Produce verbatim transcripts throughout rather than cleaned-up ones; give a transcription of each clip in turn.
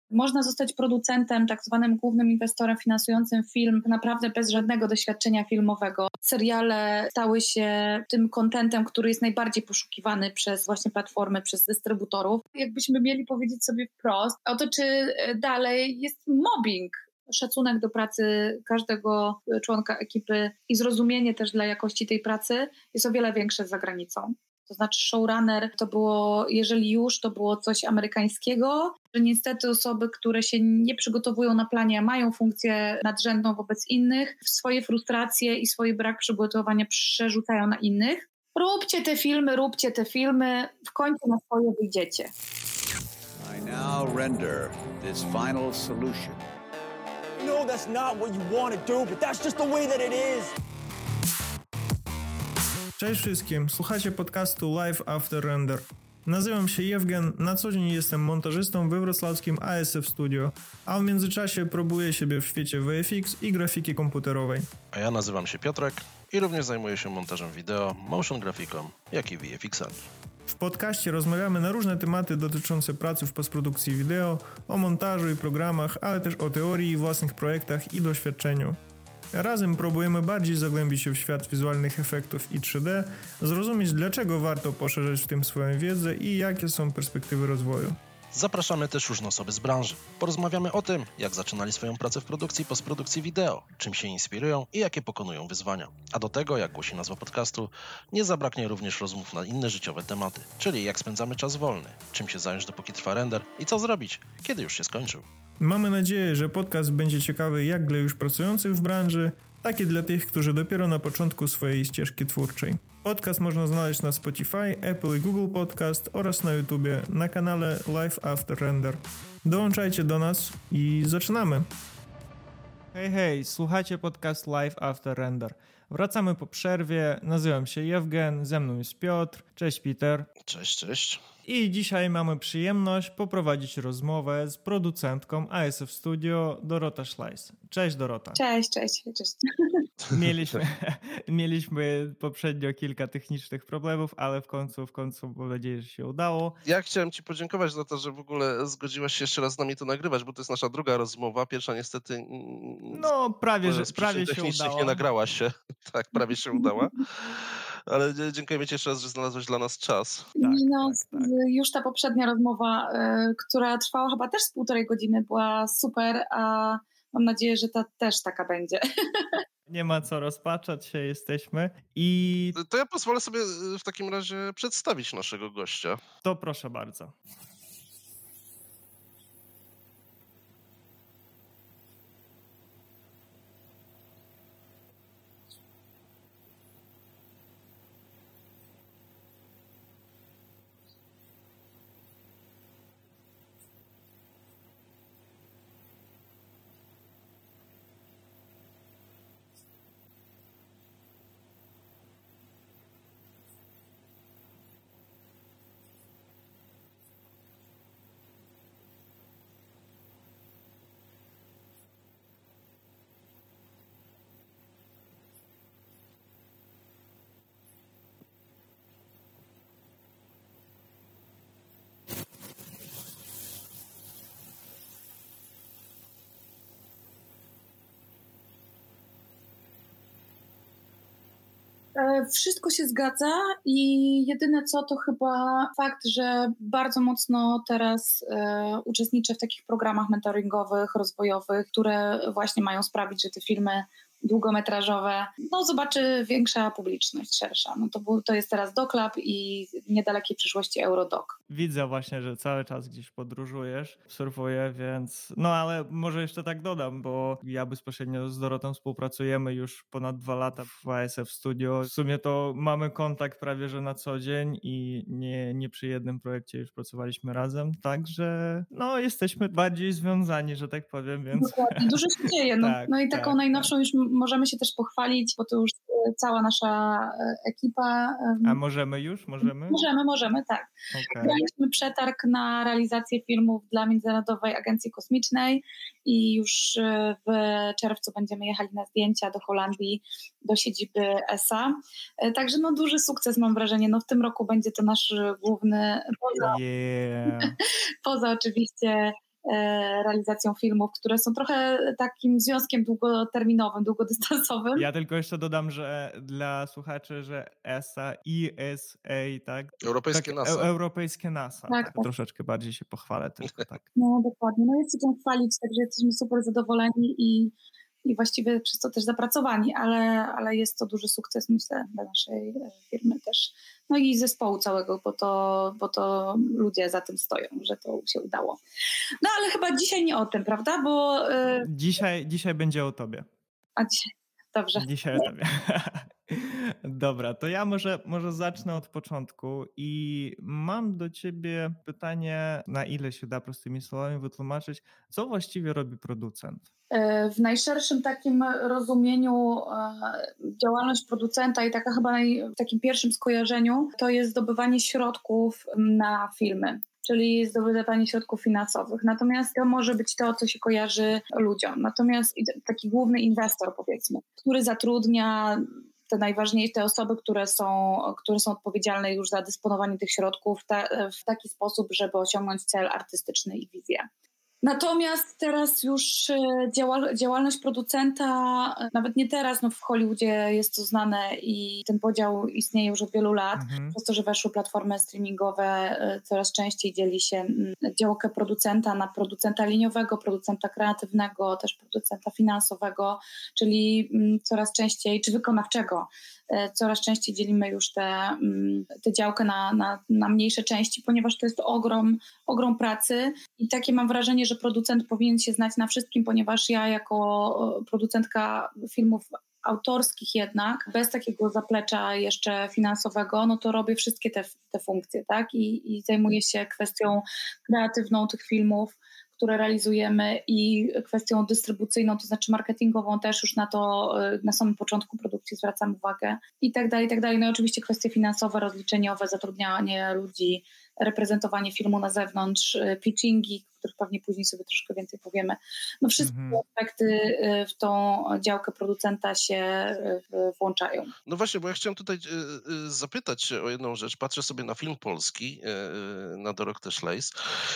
Można zostać producentem, tak zwanym głównym inwestorem finansującym film naprawdę bez żadnego doświadczenia filmowego. Seriale stały się tym contentem, który jest najbardziej poszukiwany przez właśnie platformy, przez dystrybutorów. Jakbyśmy mieli powiedzieć sobie wprost o to, czy dalej jest mobbing, szacunek do pracy każdego członka ekipy i zrozumienie też dla jakości tej pracy jest o wiele większe za granicą. To znaczy showrunner to było, jeżeli już, to było coś amerykańskiego, że niestety osoby, które się nie przygotowują na planie, a mają funkcję nadrzędną wobec innych, swoje frustracje i swój brak przygotowania przerzucają na innych. Róbcie te filmy, róbcie te filmy, w końcu na swoje wyjdziecie. I now render this final solution. No, that's not what you want to do, but that's just the way that it is. Cześć wszystkim, słuchacie podcastu Live After Render. Nazywam się Jewgen, na co dzień jestem montażystą we wrocławskim A S F Studio, a w międzyczasie próbuję siebie w świecie V F X i grafiki komputerowej. A ja nazywam się Piotrek i również zajmuję się montażem wideo, motion grafiką, jak i V F X-ami. W podcaście rozmawiamy na różne tematy dotyczące pracy w postprodukcji wideo, o montażu i programach, ale też o teorii, własnych projektach i doświadczeniu. Razem próbujemy bardziej zagłębić się w świat wizualnych efektów i trzy D, zrozumieć, dlaczego warto poszerzać w tym swoją wiedzę i jakie są perspektywy rozwoju. Zapraszamy też różne osoby z branży. Porozmawiamy o tym, jak zaczynali swoją pracę w produkcji i postprodukcji wideo, czym się inspirują i jakie pokonują wyzwania. A do tego, jak głosi nazwa podcastu, nie zabraknie również rozmów na inne życiowe tematy, czyli jak spędzamy czas wolny, czym się zająć dopóki trwa render i co zrobić, kiedy już się skończył. Mamy nadzieję, że podcast będzie ciekawy jak dla już pracujących w branży, tak i dla tych, którzy dopiero na początku swojej ścieżki twórczej. Podcast można znaleźć na Spotify, Apple i Google Podcast oraz na YouTubie na kanale Live After Render. Dołączajcie do nas i zaczynamy! Hej, hej, słuchacie podcast Live After Render. Wracamy po przerwie, nazywam się Jewgen, ze mną jest Piotr. Cześć Peter. Cześć, cześć. I dzisiaj mamy przyjemność poprowadzić rozmowę z producentką A S F Studio Dorota Szlajs. Cześć Dorota. Cześć, cześć, cześć. Mieliśmy, mieliśmy poprzednio kilka technicznych problemów, ale w końcu, w końcu mam nadzieję, że się udało. Ja chciałem Ci podziękować za to, że w ogóle zgodziłaś się jeszcze raz z nami to nagrywać, bo to jest nasza druga rozmowa. Pierwsza niestety no prawie, że, z prawie się udało. Nie nagrała się. Tak, prawie się udała. Ale dziękujemy Ci jeszcze raz, że znalazłeś dla nas czas. Tak, no, tak, tak. Już ta poprzednia rozmowa, y, która trwała chyba też z półtorej godziny, była super, a mam nadzieję, że ta też taka będzie. Nie ma co rozpaczać się, jesteśmy i... To ja pozwolę sobie w takim razie przedstawić naszego gościa. To proszę bardzo. Wszystko się zgadza i jedyne co to chyba fakt, że bardzo mocno teraz e, uczestniczę w takich programach mentoringowych, rozwojowych, które właśnie mają sprawić, że te filmy długometrażowe, no zobaczy większa publiczność, szersza. No to, był, to jest teraz DocLab i w niedalekiej przyszłości Eurodoc. Widzę właśnie, że cały czas gdzieś podróżujesz, surfuję, więc no ale może jeszcze tak dodam, bo ja bezpośrednio z Dorotą współpracujemy już ponad dwa lata w A S F Studio. W sumie to mamy kontakt prawie że na co dzień i nie, nie przy jednym projekcie już pracowaliśmy razem, także no jesteśmy bardziej związani, że tak powiem, więc... Dokładnie, dużo się dzieje, no, tak, no i taką tak, najnowszą tak. Już możemy się też pochwalić, bo to już cała nasza ekipa... A możemy już? Możemy? Możemy, możemy, tak. Okay. Graliśmy przetarg na realizację filmów dla Międzynarodowej Agencji Kosmicznej i już w czerwcu będziemy jechali na zdjęcia do Holandii, do siedziby E S A. Także no duży sukces mam wrażenie. No w tym roku będzie to nasz główny, poza, yeah. poza oczywiście realizacją filmów, które są trochę takim związkiem długoterminowym, długodystansowym. Ja tylko jeszcze dodam, że dla słuchaczy, że E S A, E S A, tak? Europejskie tak, NASA. E- europejskie NASA, Tak, tak, tak. Troszeczkę bardziej się pochwalę tylko, tak. No dokładnie, no jest się czym chwalić, także jesteśmy super zadowoleni i, i właściwie przez to też zapracowani, ale, ale jest to duży sukces, myślę, dla naszej firmy też. No i zespołu całego, bo to, bo to ludzie za tym stoją, że to się udało. No ale chyba dzisiaj nie o tym, prawda? Bo yy... Dzisiaj, dzisiaj będzie o tobie. A dzisiaj, dobrze. Dzisiaj o tobie. Dobra, to ja może, może zacznę od początku i mam do ciebie pytanie, na ile się da prostymi słowami wytłumaczyć, co właściwie robi producent? W najszerszym takim rozumieniu działalność producenta i taka chyba naj, w takim pierwszym skojarzeniu to jest zdobywanie środków na filmy, czyli zdobywanie środków finansowych. Natomiast to może być to, co się kojarzy ludziom. Natomiast taki główny inwestor, powiedzmy, który zatrudnia te najważniejsze te osoby, które są, które są odpowiedzialne już za dysponowanie tych środków ta, w taki sposób, żeby osiągnąć cel artystyczny i wizję. Natomiast teraz już działalność producenta, nawet nie teraz, no w Hollywoodzie jest to znane i ten podział istnieje już od wielu lat. Mhm. Przez to, że weszły platformy streamingowe, coraz częściej dzieli się działkę producenta na producenta liniowego, producenta kreatywnego, też producenta finansowego, czyli coraz częściej, czy wykonawczego. Coraz częściej dzielimy już tę te, te działkę na, na, na mniejsze części, ponieważ to jest ogrom, ogrom pracy i takie mam wrażenie, że producent powinien się znać na wszystkim, ponieważ ja jako producentka filmów autorskich jednak, bez takiego zaplecza jeszcze finansowego, no to robię wszystkie te, te funkcje, tak? I, i zajmuję się kwestią kreatywną tych filmów, które realizujemy i kwestią dystrybucyjną, to znaczy marketingową też już na to na samym początku produkcji zwracam uwagę i tak dalej, i tak dalej. No i oczywiście kwestie finansowe, rozliczeniowe, zatrudnianie ludzi, reprezentowanie filmu na zewnątrz, pitchingi, o których pewnie później sobie troszkę więcej powiemy. No wszystkie mm-hmm. aspekty w tą działkę producenta się włączają. No właśnie, bo ja chciałem tutaj zapytać o jedną rzecz. Patrzę sobie na film polski, na Dorotę Szlejs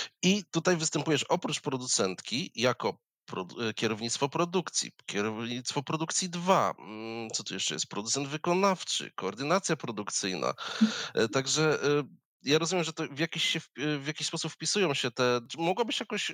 i tutaj występujesz oprócz producentki jako Produ- kierownictwo produkcji, kierownictwo produkcji dwa, co tu jeszcze jest, producent wykonawczy, koordynacja produkcyjna, także ja rozumiem, że to w jakiś, się, w jakiś sposób wpisują się te... Mogłabyś jakoś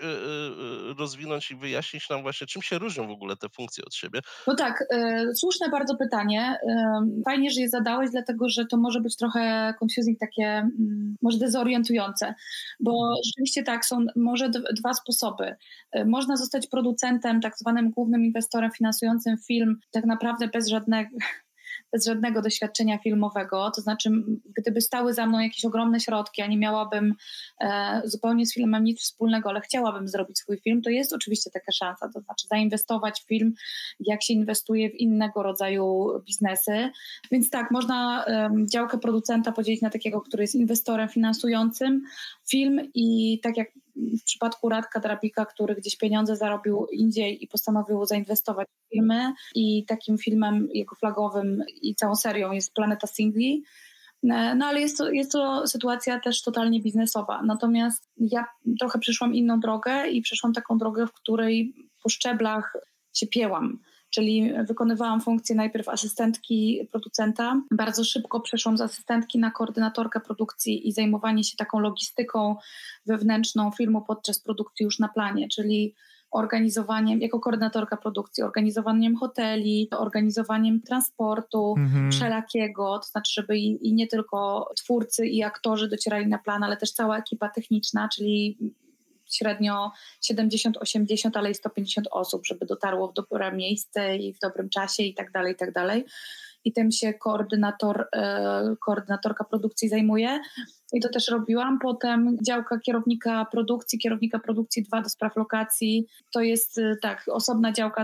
rozwinąć i wyjaśnić nam właśnie, czym się różnią w ogóle te funkcje od siebie? No tak, y, słuszne bardzo pytanie. Y, fajnie, że je zadałeś, dlatego że to może być trochę confusing, takie y, może dezorientujące, bo rzeczywiście tak, są może d- dwa sposoby. Y, można zostać producentem, tak zwanym głównym inwestorem finansującym film, tak naprawdę bez żadnego... bez żadnego doświadczenia filmowego, to znaczy gdyby stały za mną jakieś ogromne środki, a nie miałabym e, zupełnie z filmem nic wspólnego, ale chciałabym zrobić swój film, to jest oczywiście taka szansa, to znaczy zainwestować w film, jak się inwestuje w innego rodzaju biznesy, więc tak, można e, działkę producenta podzielić na takiego, który jest inwestorem finansującym film i tak jak w przypadku Radka Drabika, który gdzieś pieniądze zarobił indziej i postanowił zainwestować w filmy i takim filmem jego flagowym i całą serią jest Planeta Singli. No ale jest to, jest to sytuacja też totalnie biznesowa. Natomiast ja trochę przeszłam inną drogę i przeszłam taką drogę, w której po szczeblach się piełam. Czyli wykonywałam funkcję najpierw asystentki producenta. Bardzo szybko przeszłam z asystentki na koordynatorkę produkcji i zajmowanie się taką logistyką wewnętrzną filmu podczas produkcji już na planie, czyli organizowaniem, jako koordynatorka produkcji, organizowaniem hoteli, organizowaniem transportu mhm. wszelakiego, to znaczy, żeby i, i nie tylko twórcy i aktorzy docierali na plan, ale też cała ekipa techniczna, czyli średnio siedemdziesiąt osiemdziesiąt, ale i sto pięćdziesiąt osób, żeby dotarło w dobre miejsce i w dobrym czasie i tak dalej, i tak dalej. I tym się koordynator, e, koordynatorka produkcji zajmuje. I to też robiłam. Potem działka kierownika produkcji, kierownika produkcji dwa do spraw lokacji. To jest tak, osobna działka, to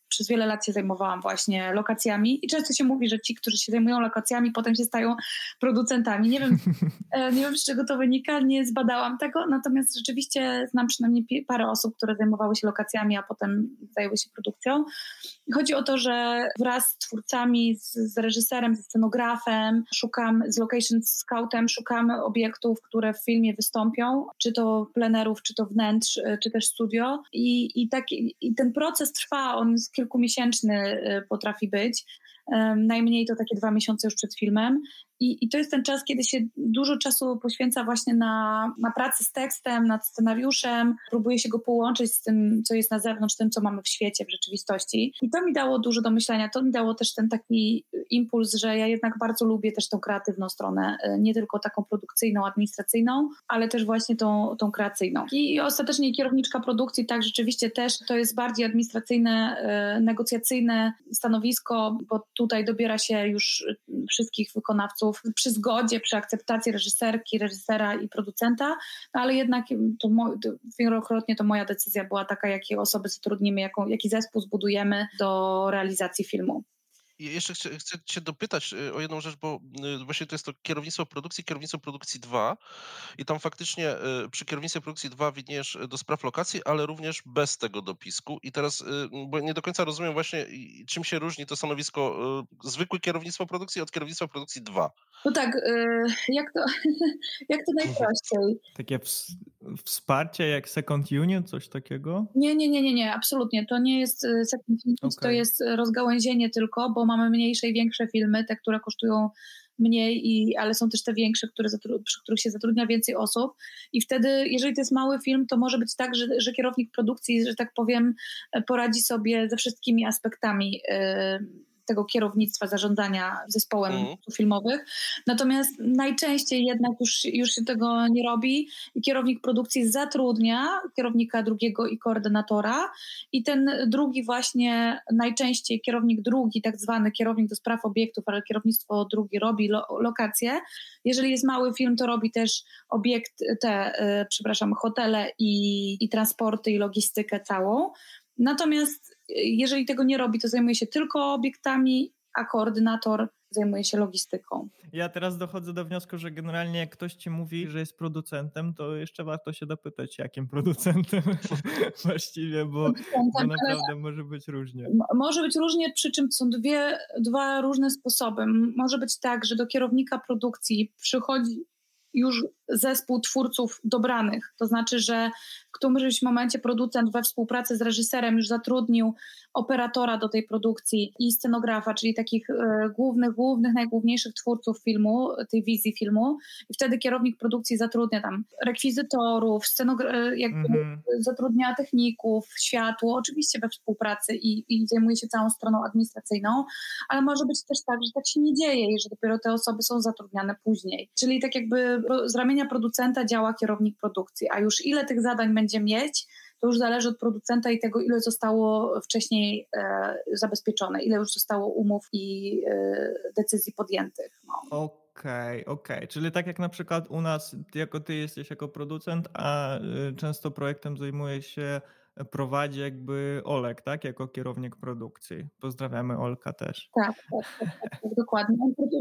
przez wiele lat się zajmowałam właśnie lokacjami i często się mówi, że ci, którzy się zajmują lokacjami, potem się stają producentami. Nie wiem, nie wiem z czego to wynika, nie zbadałam tego, natomiast rzeczywiście znam przynajmniej parę osób, które zajmowały się lokacjami, a potem zajęły się produkcją. Chodzi o to, że wraz z twórcami, z, z reżyserem, ze scenografem, szukam, z location scoutem, szukamy obiektów, które w filmie wystąpią, czy to plenerów, czy to wnętrz, czy też studio i, i, tak, i ten proces trwa, on jest kilkumiesięczny potrafi być, najmniej to takie dwa miesiące już przed filmem. I, I to jest ten czas, kiedy się dużo czasu poświęca właśnie na, na pracę z tekstem, nad scenariuszem. Próbuje się go połączyć z tym, co jest na zewnątrz, tym, co mamy w świecie, w rzeczywistości. I to mi dało dużo do myślenia. To mi dało też ten taki impuls, że ja jednak bardzo lubię też tą kreatywną stronę. Nie tylko taką produkcyjną, administracyjną, ale też właśnie tą, tą kreacyjną. I, I ostatecznie kierowniczka produkcji, tak, rzeczywiście też to jest bardziej administracyjne, negocjacyjne stanowisko, bo tutaj dobiera się już wszystkich wykonawców przy zgodzie, przy akceptacji reżyserki, reżysera i producenta, no ale jednak to, mo- to wielokrotnie to moja decyzja była taka, jakie osoby zatrudnimy, jaką, jaki zespół zbudujemy do realizacji filmu. I jeszcze chcę, chcę cię dopytać o jedną rzecz, bo właśnie to jest to kierownictwo produkcji, kierownictwo produkcji dwa i tam faktycznie przy kierownictwie produkcji dwa widniejesz do spraw lokacji, ale również bez tego dopisku. I teraz, bo nie do końca rozumiem właśnie, czym się różni to stanowisko zwykłe kierownictwo produkcji od kierownictwa produkcji dwa. No tak, jak to, jak to najprościej. Takie ws- wsparcie jak Second Unit, coś takiego? Nie, nie, nie, nie, nie, absolutnie. To nie jest Second Unit, okay. To jest rozgałęzienie tylko, bo mamy mniejsze i większe filmy, te, które kosztują mniej, i, ale są też te większe, które zatru- przy których się zatrudnia więcej osób i wtedy, jeżeli to jest mały film, to może być tak, że, że kierownik produkcji, że tak powiem, poradzi sobie ze wszystkimi aspektami yy, tego kierownictwa, zarządzania zespołem mm. filmowych. Natomiast najczęściej jednak już, już się tego nie robi i kierownik produkcji zatrudnia kierownika drugiego i koordynatora i ten drugi właśnie, najczęściej kierownik drugi, tak zwany kierownik do spraw obiektów, ale kierownictwo drugi robi lo, lokacje. Jeżeli jest mały film, to robi też obiekt, te, yy, przepraszam, hotele i, i transporty i logistykę całą. Natomiast jeżeli tego nie robi, to zajmuje się tylko obiektami, a koordynator zajmuje się logistyką. Ja teraz dochodzę do wniosku, że generalnie jak ktoś ci mówi, że jest producentem, to jeszcze warto się dopytać, jakim producentem właściwie, bo, bo naprawdę może być różnie. Może być różnie, przy czym są dwie, dwa różne sposoby. Może być tak, że do kierownika produkcji przychodzi już zespół twórców dobranych. To znaczy, że w którymś momencie producent we współpracy z reżyserem już zatrudnił operatora do tej produkcji i scenografa, czyli takich e, głównych, głównych, najgłówniejszych twórców filmu, tej wizji filmu. I wtedy kierownik produkcji zatrudnia tam rekwizytorów, scenogra- jakby mm-hmm. zatrudnia techników, światło, oczywiście we współpracy i, i zajmuje się całą stroną administracyjną, ale może być też tak, że tak się nie dzieje i że dopiero te osoby są zatrudniane później. Czyli tak jakby z ramienia producenta działa kierownik produkcji, a już ile tych zadań będzie mieć, to już zależy od producenta i tego, ile zostało wcześniej e, zabezpieczone, ile już zostało umów i e, decyzji podjętych. No. Okej, okay, okej. Okay. Czyli tak jak na przykład u nas, jako ty jesteś jako producent, a y, często projektem zajmuje się, prowadzi jakby Olek, tak? Jako kierownik produkcji. Pozdrawiamy Olka też. Tak, tak, tak, tak, tak dokładnie.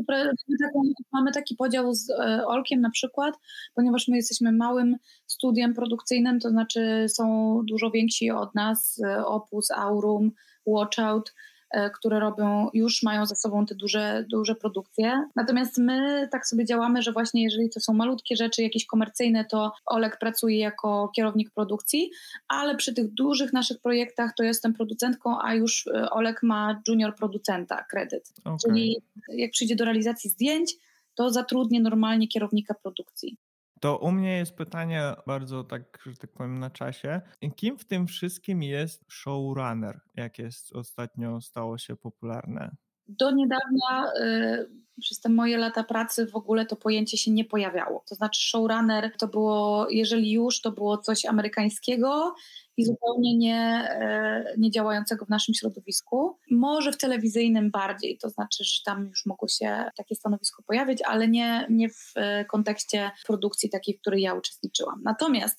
Mamy taki podział z Olkiem na przykład, ponieważ my jesteśmy małym studiem produkcyjnym, to znaczy są dużo więksi od nas, Opus, Aurum, Watchout, które robią, już mają za sobą te duże, duże produkcje. Natomiast my tak sobie działamy, że właśnie jeżeli to są malutkie rzeczy, jakieś komercyjne, to Olek pracuje jako kierownik produkcji, ale przy tych dużych naszych projektach to jestem producentką, a już Olek ma junior producenta kredyt. Okay. Czyli jak przyjdzie do realizacji zdjęć, to zatrudnię normalnie kierownika produkcji. To u mnie jest pytanie bardzo tak, że tak powiem, na czasie. Kim w tym wszystkim jest showrunner, jak jest ostatnio stało się popularne? Do niedawna, y, przez te moje lata pracy w ogóle to pojęcie się nie pojawiało. To znaczy showrunner to było, jeżeli już, to było coś amerykańskiego i zupełnie nie, nie działającego w naszym środowisku. Może w telewizyjnym bardziej, to znaczy, że tam już mogło się takie stanowisko pojawić, ale nie, nie w kontekście produkcji takiej, w której ja uczestniczyłam. Natomiast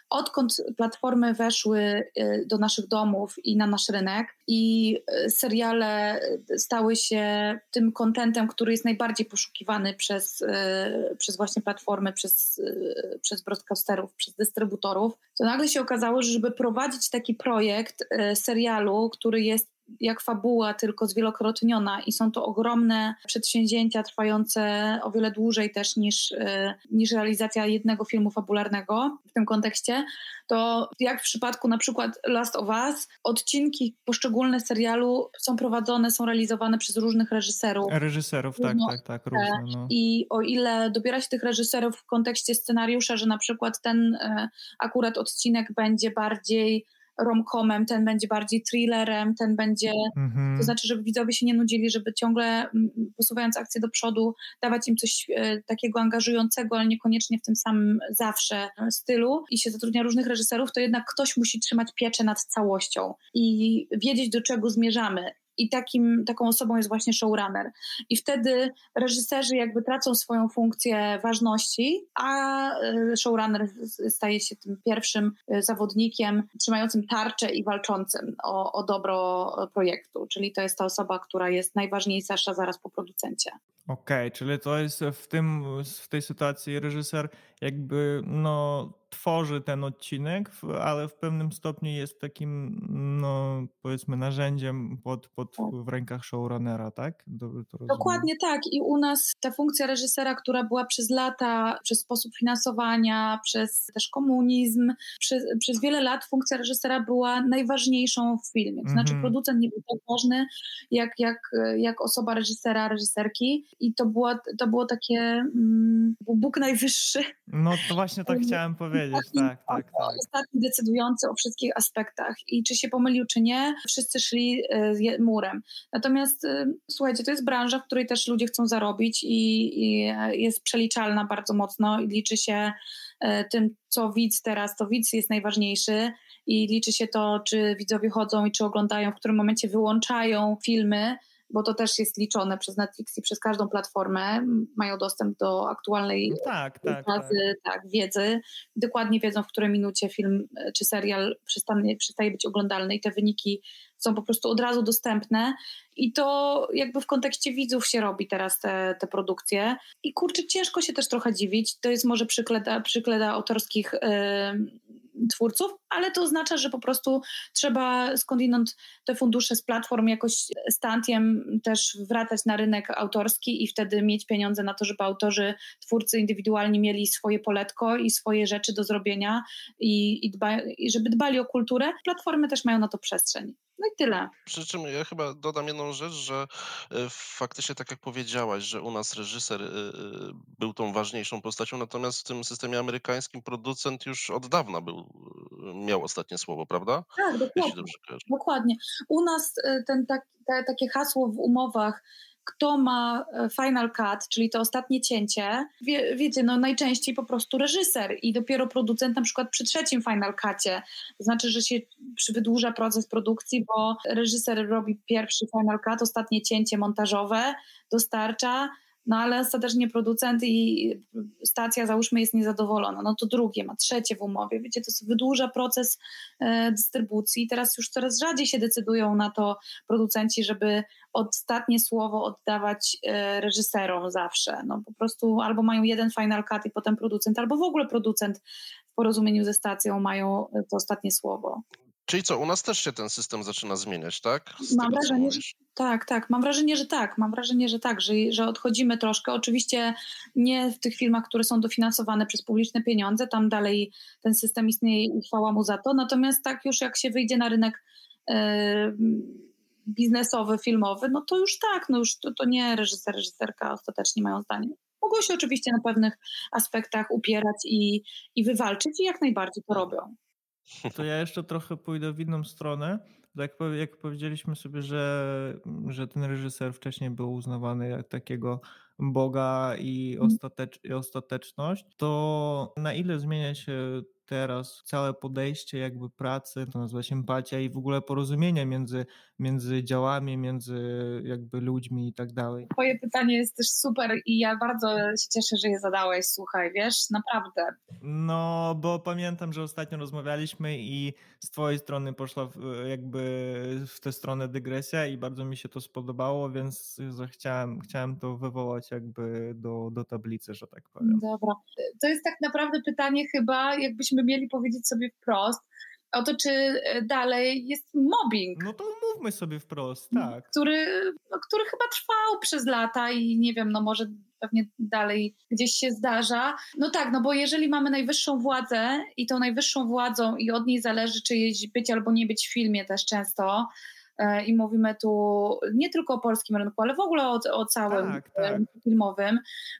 odkąd platformy weszły do naszych domów i na nasz rynek i seriale stały się tym kontentem, który jest najbardziej poszukiwany przez, przez właśnie platformy, przez, przez broadcasterów, przez dystrybutorów, to nagle się okazało, że żeby prowadzić taki projekt serialu, który jest jak fabuła, tylko zwielokrotniona i są to ogromne przedsięwzięcia trwające o wiele dłużej też niż, niż realizacja jednego filmu fabularnego w tym kontekście, to jak w przypadku na przykład Last of Us, odcinki poszczególne serialu są prowadzone, są realizowane przez różnych reżyserów. Reżyserów, tak, Różno, tak, tak, różne. No. I o ile dobiera się tych reżyserów w kontekście scenariusza, że na przykład ten e, akurat odcinek będzie bardziej romcomem, ten będzie bardziej thrillerem, ten będzie, mm-hmm. to znaczy, żeby widzowie się nie nudzili, żeby ciągle posuwając akcję do przodu, dawać im coś e, takiego angażującego, ale niekoniecznie w tym samym zawsze stylu i się zatrudnia różnych reżyserów, to jednak ktoś musi trzymać pieczę nad całością i wiedzieć, do czego zmierzamy. I takim, taką osobą jest właśnie showrunner. I wtedy reżyserzy jakby tracą swoją funkcję ważności, a showrunner staje się tym pierwszym zawodnikiem trzymającym tarczę i walczącym o, o dobro projektu. Czyli to jest ta osoba, która jest najważniejsza zaraz po producencie. Okej, okay, czyli to jest w tym, w tej sytuacji reżyser jakby no tworzy ten odcinek, ale w pewnym stopniu jest takim, no powiedzmy, narzędziem pod, pod w rękach showrunnera, tak? Dobrze to rozumiem? Dokładnie tak. I u nas ta funkcja reżysera, która była przez lata, przez sposób finansowania, przez też komunizm, przez, przez wiele lat funkcja reżysera była najważniejszą w filmie. To znaczy mm-hmm. producent nie był tak ważny jak, jak, jak osoba reżysera, reżyserki. I to było, to było takie mm, Bóg najwyższy. No to właśnie tak chciałem powiedzieć. Ostatni, tak, tak, tak. Ostatni decydujący o wszystkich aspektach i czy się pomylił, czy nie, wszyscy szli y, murem. Natomiast y, słuchajcie, to jest branża, w której też ludzie chcą zarobić i, i jest przeliczalna bardzo mocno i liczy się y, tym, co widz teraz, to widz jest najważniejszy i liczy się to, czy widzowie chodzą i czy oglądają, w którym momencie wyłączają filmy, bo to też jest liczone przez Netflix i przez każdą platformę, mają dostęp do aktualnej no tak, tak, bazy, tak. tak, wiedzy. Dokładnie wiedzą, w której minucie film czy serial przestanie, przestaje być oglądalny i te wyniki są po prostu od razu dostępne i to jakby w kontekście widzów się robi teraz te, te produkcje i kurczę, ciężko się też trochę dziwić, to jest może przykleda, przykleda autorskich yy, twórców, ale to oznacza, że po prostu trzeba skądinąd te fundusze z platform jakoś stantiem też wracać na rynek autorski i wtedy mieć pieniądze na to, żeby autorzy, twórcy indywidualni mieli swoje poletko i swoje rzeczy do zrobienia i, i, dba, i żeby dbali o kulturę. Platformy też mają na to przestrzeń. No i tyle. Przy czym ja chyba dodam jedną rzecz, że faktycznie tak jak powiedziałaś, że u nas reżyser był tą ważniejszą postacią, natomiast w tym systemie amerykańskim producent już od dawna był, miał ostatnie słowo, prawda? Tak, dokładnie. dokładnie. U nas ten, tak, te, takie hasło w umowach, kto ma final cut, czyli to ostatnie cięcie, wie, wiecie, no najczęściej po prostu reżyser i dopiero producent na przykład przy trzecim final cutie. To znaczy, że się wydłuża proces produkcji, bo reżyser robi pierwszy final cut, ostatnie cięcie montażowe, dostarcza, no ale ostatecznie producent i stacja, załóżmy, jest niezadowolona. No to drugie, ma trzecie w umowie. Wiecie, to wydłuża proces e, dystrybucji. Teraz już coraz rzadziej się decydują na to producenci, żeby ostatnie słowo oddawać e, reżyserom zawsze. No po prostu albo mają jeden final cut i potem producent, albo w ogóle producent w porozumieniu ze stacją mają to ostatnie słowo. Czyli co, u nas też się ten system zaczyna zmieniać, tak? Z mam tego, wrażenie, że tak, tak. Mam wrażenie, że tak. Mam wrażenie, że tak, że, że odchodzimy troszkę. Oczywiście nie w tych filmach, które są dofinansowane przez publiczne pieniądze. Tam dalej ten system istnieje i chwała mu za to. Natomiast tak już jak się wyjdzie na rynek yy, biznesowy, filmowy, no to już tak. No już to, to nie reżyser, reżyserka ostatecznie mają zdanie. Mogą się oczywiście na pewnych aspektach upierać i, i wywalczyć i jak najbardziej to robią. To ja jeszcze trochę pójdę w inną stronę. Tak jak powiedzieliśmy sobie, że, że ten reżyser wcześniej był uznawany jak takiego Boga i, ostatecz, i ostateczność, to na ile zmienia się teraz całe podejście jakby pracy, to nazywa się empatia i w ogóle porozumienie między, między działami, między jakby ludźmi i tak dalej. Twoje pytanie jest też super i ja bardzo się cieszę, że je zadałeś, słuchaj, wiesz, naprawdę. No, bo pamiętam, że ostatnio rozmawialiśmy i z twojej strony poszła w, jakby w tę stronę dygresja i bardzo mi się to spodobało, więc chciałem, chciałem to wywołać jakby do, do tablicy, że tak powiem. Dobra. To jest tak naprawdę pytanie chyba, jakbyśmy mieli powiedzieć sobie wprost, o to, czy dalej jest mobbing. No to mówmy sobie wprost, tak. Który, no, który chyba trwał przez lata i nie wiem, no może pewnie dalej gdzieś się zdarza. No tak, no bo jeżeli mamy najwyższą władzę i tą najwyższą władzą i od niej zależy czyjeś być albo nie być w filmie też często, i mówimy tu nie tylko o polskim rynku, ale w ogóle o, o całym tak, tak. rynku filmowym,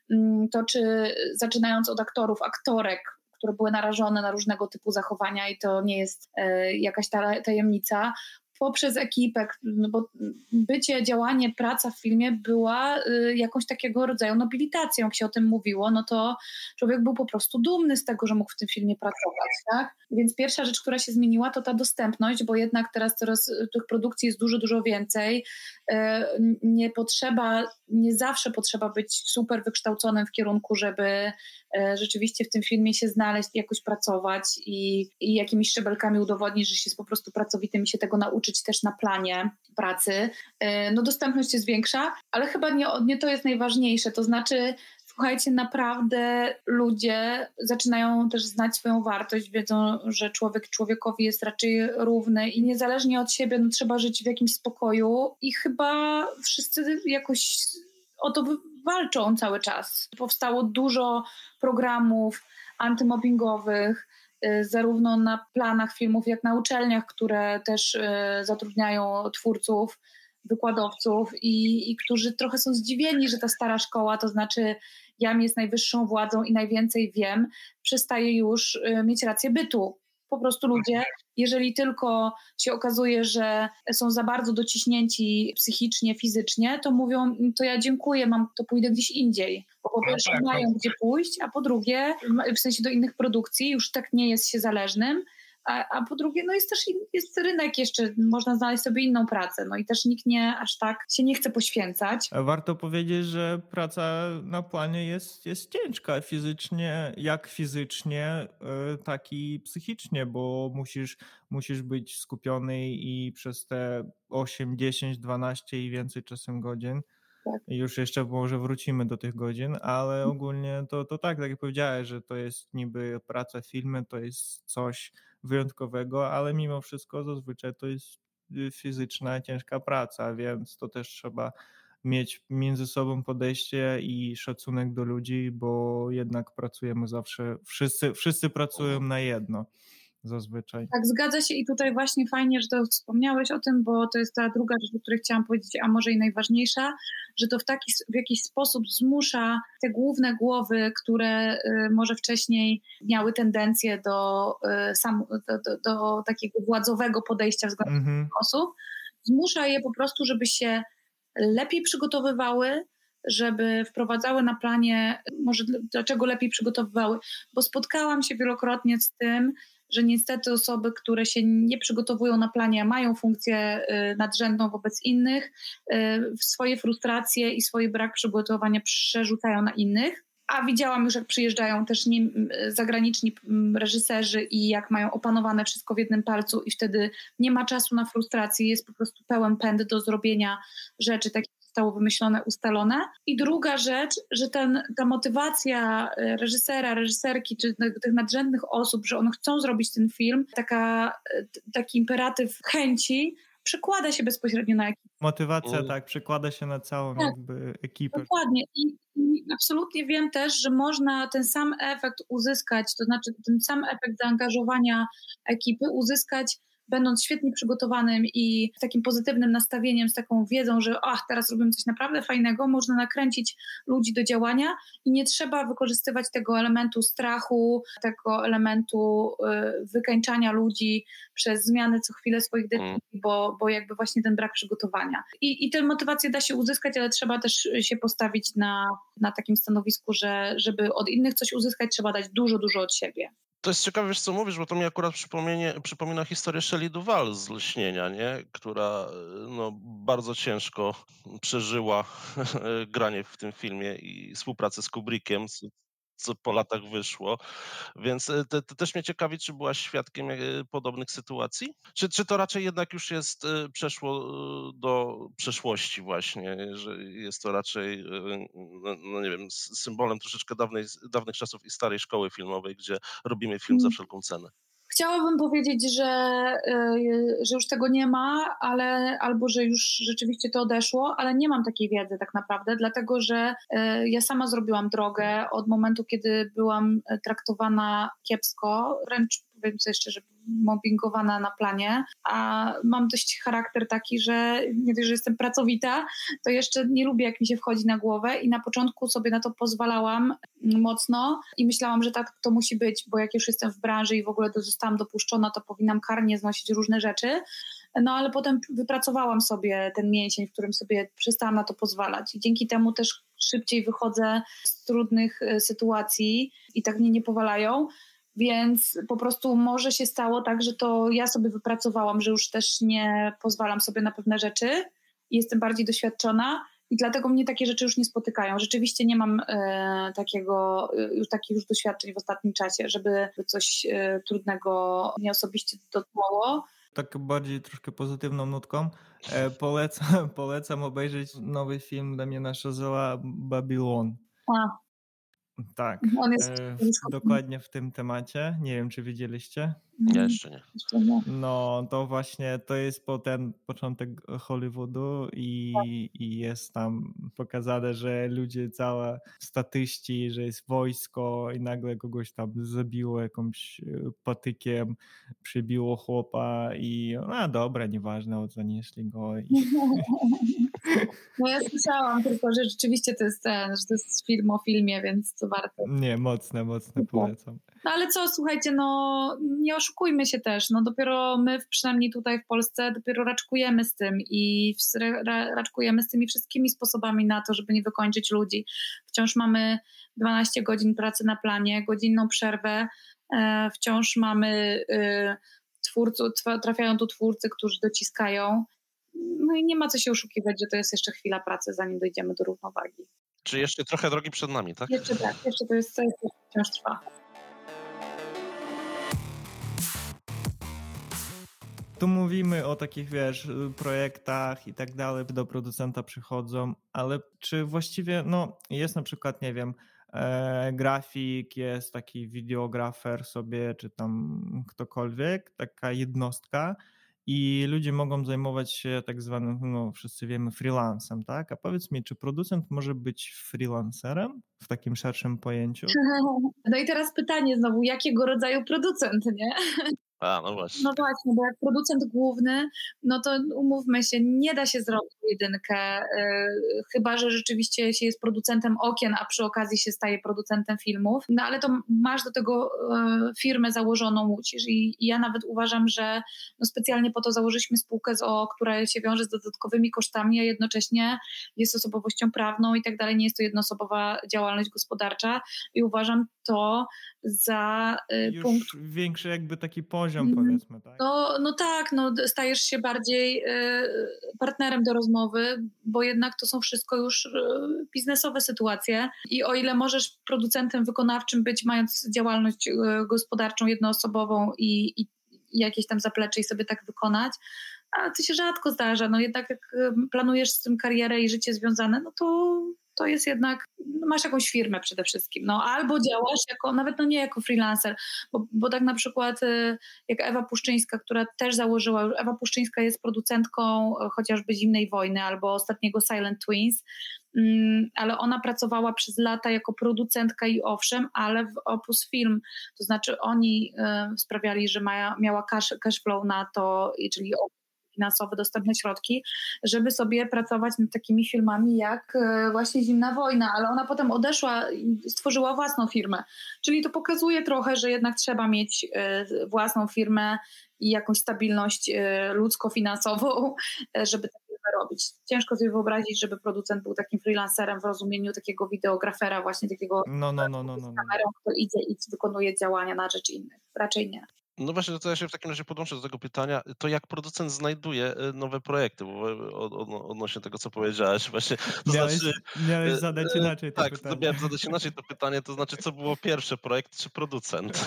to czy zaczynając od aktorów, aktorek, które były narażone na różnego typu zachowania i to nie jest e, jakaś ta, tajemnica, poprzez ekipę, no bo bycie, działanie, praca w filmie była y, jakąś takiego rodzaju nobilitacją, jak się o tym mówiło, no to człowiek był po prostu dumny z tego, że mógł w tym filmie pracować, tak? Więc pierwsza rzecz, która się zmieniła, to ta dostępność, bo jednak teraz coraz tych produkcji jest dużo, dużo więcej. Y, nie potrzeba, nie zawsze potrzeba być super wykształconym w kierunku, żeby y, rzeczywiście w tym filmie się znaleźć, jakoś pracować i, i jakimiś szczebelkami udowodnić, że się jest po prostu pracowitym i się tego nauczyć też na planie pracy. No dostępność jest większa, ale chyba nie, nie to jest najważniejsze, to znaczy słuchajcie, naprawdę ludzie zaczynają też znać swoją wartość, wiedzą, że człowiek człowiekowi jest raczej równy i niezależnie od siebie no, trzeba żyć w jakimś spokoju i chyba wszyscy jakoś o to walczą cały czas. Powstało dużo programów antymobbingowych, zarówno na planach filmów, jak na uczelniach, które też zatrudniają twórców, wykładowców i, i którzy trochę są zdziwieni, że ta stara szkoła, to znaczy jam jest najwyższą władzą i najwięcej wiem, przestaje już mieć rację bytu. Po prostu ludzie, jeżeli tylko się okazuje, że są za bardzo dociśnięci psychicznie, fizycznie, to mówią, to ja dziękuję, mam, to pójdę gdzieś indziej. Bo po pierwsze no tak, mają no. gdzie pójść, a po drugie, w sensie do innych produkcji, już tak nie jest się zależnym, a, a po drugie, no jest też jest rynek jeszcze, można znaleźć sobie inną pracę, no i też nikt nie aż tak się nie chce poświęcać. Warto powiedzieć, że praca na planie jest, jest ciężka fizycznie, jak fizycznie, tak i psychicznie, bo musisz, musisz być skupiony i przez te osiem, dziesięć, dwanaście i więcej czasem godzin. Tak. I już jeszcze może wrócimy do tych godzin, ale ogólnie to, to tak, tak jak powiedziałeś, że to jest niby praca w filmie, to jest coś wyjątkowego, ale mimo wszystko zazwyczaj to jest fizyczna, ciężka praca, więc to też trzeba mieć między sobą podejście i szacunek do ludzi, bo jednak pracujemy zawsze, wszyscy, wszyscy pracują na jedno. Zazwyczaj. Tak, zgadza się i tutaj właśnie fajnie, że to wspomniałeś o tym, bo to jest ta druga rzecz, o której chciałam powiedzieć, a może i najważniejsza, że to w, taki, w jakiś sposób zmusza te główne głowy, które y, może wcześniej miały tendencję do, y, sam, do, do, do takiego władzowego podejścia względem mm-hmm. osób, zmusza je po prostu, żeby się lepiej przygotowywały, żeby wprowadzały na planie, może dlaczego lepiej przygotowywały, bo spotkałam się wielokrotnie z tym, że niestety osoby, które się nie przygotowują na planie, a mają funkcję nadrzędną wobec innych, swoje frustracje i swój brak przygotowania przerzucają na innych. A widziałam już, jak przyjeżdżają też nie, zagraniczni reżyserzy i jak mają opanowane wszystko w jednym palcu i wtedy nie ma czasu na frustrację, jest po prostu pełen pęd do zrobienia rzeczy takich, zostało wymyślone, ustalone. I druga rzecz, że ten, ta motywacja reżysera, reżyserki czy tych nadrzędnych osób, że one chcą zrobić ten film, taka, taki imperatyw chęci przekłada się bezpośrednio na ekipę. Motywacja, mm. tak, przekłada się na całą tak, jakby ekipę. Dokładnie. I, I absolutnie wiem też, że można ten sam efekt uzyskać, to znaczy ten sam efekt zaangażowania ekipy uzyskać będąc świetnie przygotowanym i z takim pozytywnym nastawieniem, z taką wiedzą, że ach, teraz robimy coś naprawdę fajnego, można nakręcić ludzi do działania i nie trzeba wykorzystywać tego elementu strachu, tego elementu y, wykańczania ludzi przez zmiany co chwilę swoich decyzji, bo, bo jakby właśnie ten brak przygotowania. I, i tę motywację da się uzyskać, ale trzeba też się postawić na, na takim stanowisku, że żeby od innych coś uzyskać, trzeba dać dużo, dużo od siebie. To jest ciekawe, wiesz co mówisz, bo to mi akurat przypomina, przypomina historię Shelley Duvall z Lśnienia, nie? Która no, bardzo ciężko przeżyła granie w tym filmie i współpracę z Kubrickiem, co, co po latach wyszło. Więc to, to też mnie ciekawi, czy byłaś świadkiem e, podobnych sytuacji? Czy, czy to raczej jednak już jest, e, przeszło e, do przeszłości właśnie, że jest to raczej, e, no, no nie wiem, s- symbolem troszeczkę dawnej, dawnych czasów i starej szkoły filmowej, gdzie robimy film za wszelką cenę? Chciałabym powiedzieć, że, y, że już tego nie ma, ale albo że już rzeczywiście to odeszło, ale nie mam takiej wiedzy tak naprawdę, dlatego że y, ja sama zrobiłam drogę od momentu, kiedy byłam traktowana kiepsko, wręcz powiem sobie szczerze, mobbingowana na planie, a mam dość charakter taki, że nie dość, że jestem pracowita, to jeszcze nie lubię, jak mi się wchodzi na głowę i na początku sobie na to pozwalałam mocno i myślałam, że tak to musi być, bo jak już jestem w branży i w ogóle to zostałam dopuszczona, to powinnam karnie znosić różne rzeczy. No ale potem wypracowałam sobie ten mięsień, w którym sobie przestałam na to pozwalać i dzięki temu też szybciej wychodzę z trudnych sytuacji i tak mnie nie powalają. Więc po prostu może się stało tak, że to ja sobie wypracowałam, że już też nie pozwalam sobie na pewne rzeczy i jestem bardziej doświadczona i dlatego mnie takie rzeczy już nie spotykają. Rzeczywiście nie mam e, takiego, już takich już doświadczeń w ostatnim czasie, żeby coś e, trudnego mnie osobiście dotknęło. Tak bardziej troszkę pozytywną nutką. E, polecam, polecam obejrzeć nowy film Damiana Chazella Babylon. A, Tak, on jest e, blisko. dokładnie w tym temacie. Nie wiem, czy widzieliście? Ja jeszcze nie. Jeszcze nie. No, to właśnie to jest po ten początek Hollywoodu i, i jest tam pokazane, że ludzie, całe statyści, że jest wojsko i nagle kogoś tam zabiło jakimś e, patykiem, przybiło chłopa i no dobra, nieważne, zanieśli go. I... No ja słyszałam tylko, że rzeczywiście to jest ten, że to jest film o filmie, więc to warto. Nie, mocne, mocne polecam. No ale co, słuchajcie, no nie oszukujmy się też, no dopiero my, przynajmniej tutaj w Polsce, dopiero raczkujemy z tym i ra, raczkujemy z tymi wszystkimi sposobami na to, żeby nie wykończyć ludzi. Wciąż mamy dwanaście godzin pracy na planie, godzinną przerwę, e, wciąż mamy e, twórców, trafiają tu twórcy, którzy dociskają. No i nie ma co się oszukiwać, że to jest jeszcze chwila pracy, zanim dojdziemy do równowagi. Czy jeszcze trochę drogi przed nami, tak? Jeszcze tak, jeszcze to jest, to jest wciąż trwa. Tu mówimy o takich, wiesz, projektach i tak dalej, do producenta przychodzą, ale czy właściwie, no jest na przykład, nie wiem, e, grafik, jest taki wideografer sobie, czy tam ktokolwiek, taka jednostka i ludzie mogą zajmować się tak zwanym, no wszyscy wiemy, freelancem, tak? A powiedz mi, czy producent może być freelancerem w takim szerszym pojęciu? No i teraz pytanie znowu, jakiego rodzaju producent, nie? A, no właśnie. No właśnie, bo jak producent główny, no to umówmy się, nie da się zrobić jedynkę, yy, chyba że rzeczywiście się jest producentem okien, a przy okazji się staje producentem filmów, no ale to masz do tego yy, firmę założoną, musisz i, i ja nawet uważam, że no specjalnie po to założyliśmy spółkę z o o, która się wiąże z dodatkowymi kosztami, a jednocześnie jest osobowością prawną i tak dalej, nie jest to jednoosobowa działalność gospodarcza i uważam to za y, Już punkt. większy jakby taki poziom, powiedzmy, tak? No, no tak, no, stajesz się bardziej y, partnerem do rozmowy, bo jednak to są wszystko już y, biznesowe sytuacje i o ile możesz producentem wykonawczym być, mając działalność y, gospodarczą jednoosobową i, i, i jakieś tam zaplecze i sobie tak wykonać, a to się rzadko zdarza, no jednak jak planujesz z tym karierę i życie związane, no to to jest jednak, no masz jakąś firmę przede wszystkim, no albo działasz jako, nawet no nie jako freelancer, bo, bo tak na przykład y, jak Ewa Puszczyńska, która też założyła, Ewa Puszczyńska jest producentką y, chociażby Zimnej Wojny albo ostatniego Silent Twins, y, ale ona pracowała przez lata jako producentka i owszem, ale w Opus Film, to znaczy oni y, sprawiali, że ma, miała cash, cash flow na to, czyli finansowe, dostępne środki, żeby sobie pracować nad takimi filmami jak właśnie Zimna Wojna, ale ona potem odeszła i stworzyła własną firmę. Czyli to pokazuje trochę, że jednak trzeba mieć własną firmę i jakąś stabilność ludzko-finansową, żeby te firmy robić. Ciężko sobie wyobrazić, żeby producent był takim freelancerem w rozumieniu takiego wideografera, właśnie takiego No, no, no, no, no. z kamerą, kto idzie i wykonuje działania na rzecz innych. Raczej nie. No właśnie, to ja się w takim razie podłączę do tego pytania, to jak producent znajduje nowe projekty, bo od, od, odnośnie tego, co powiedziałeś, właśnie, to miałeś, znaczy... miałeś zadać inaczej to tak, pytanie. Tak, miałem zadać inaczej to pytanie, to znaczy, co było pierwsze, projekt czy producent?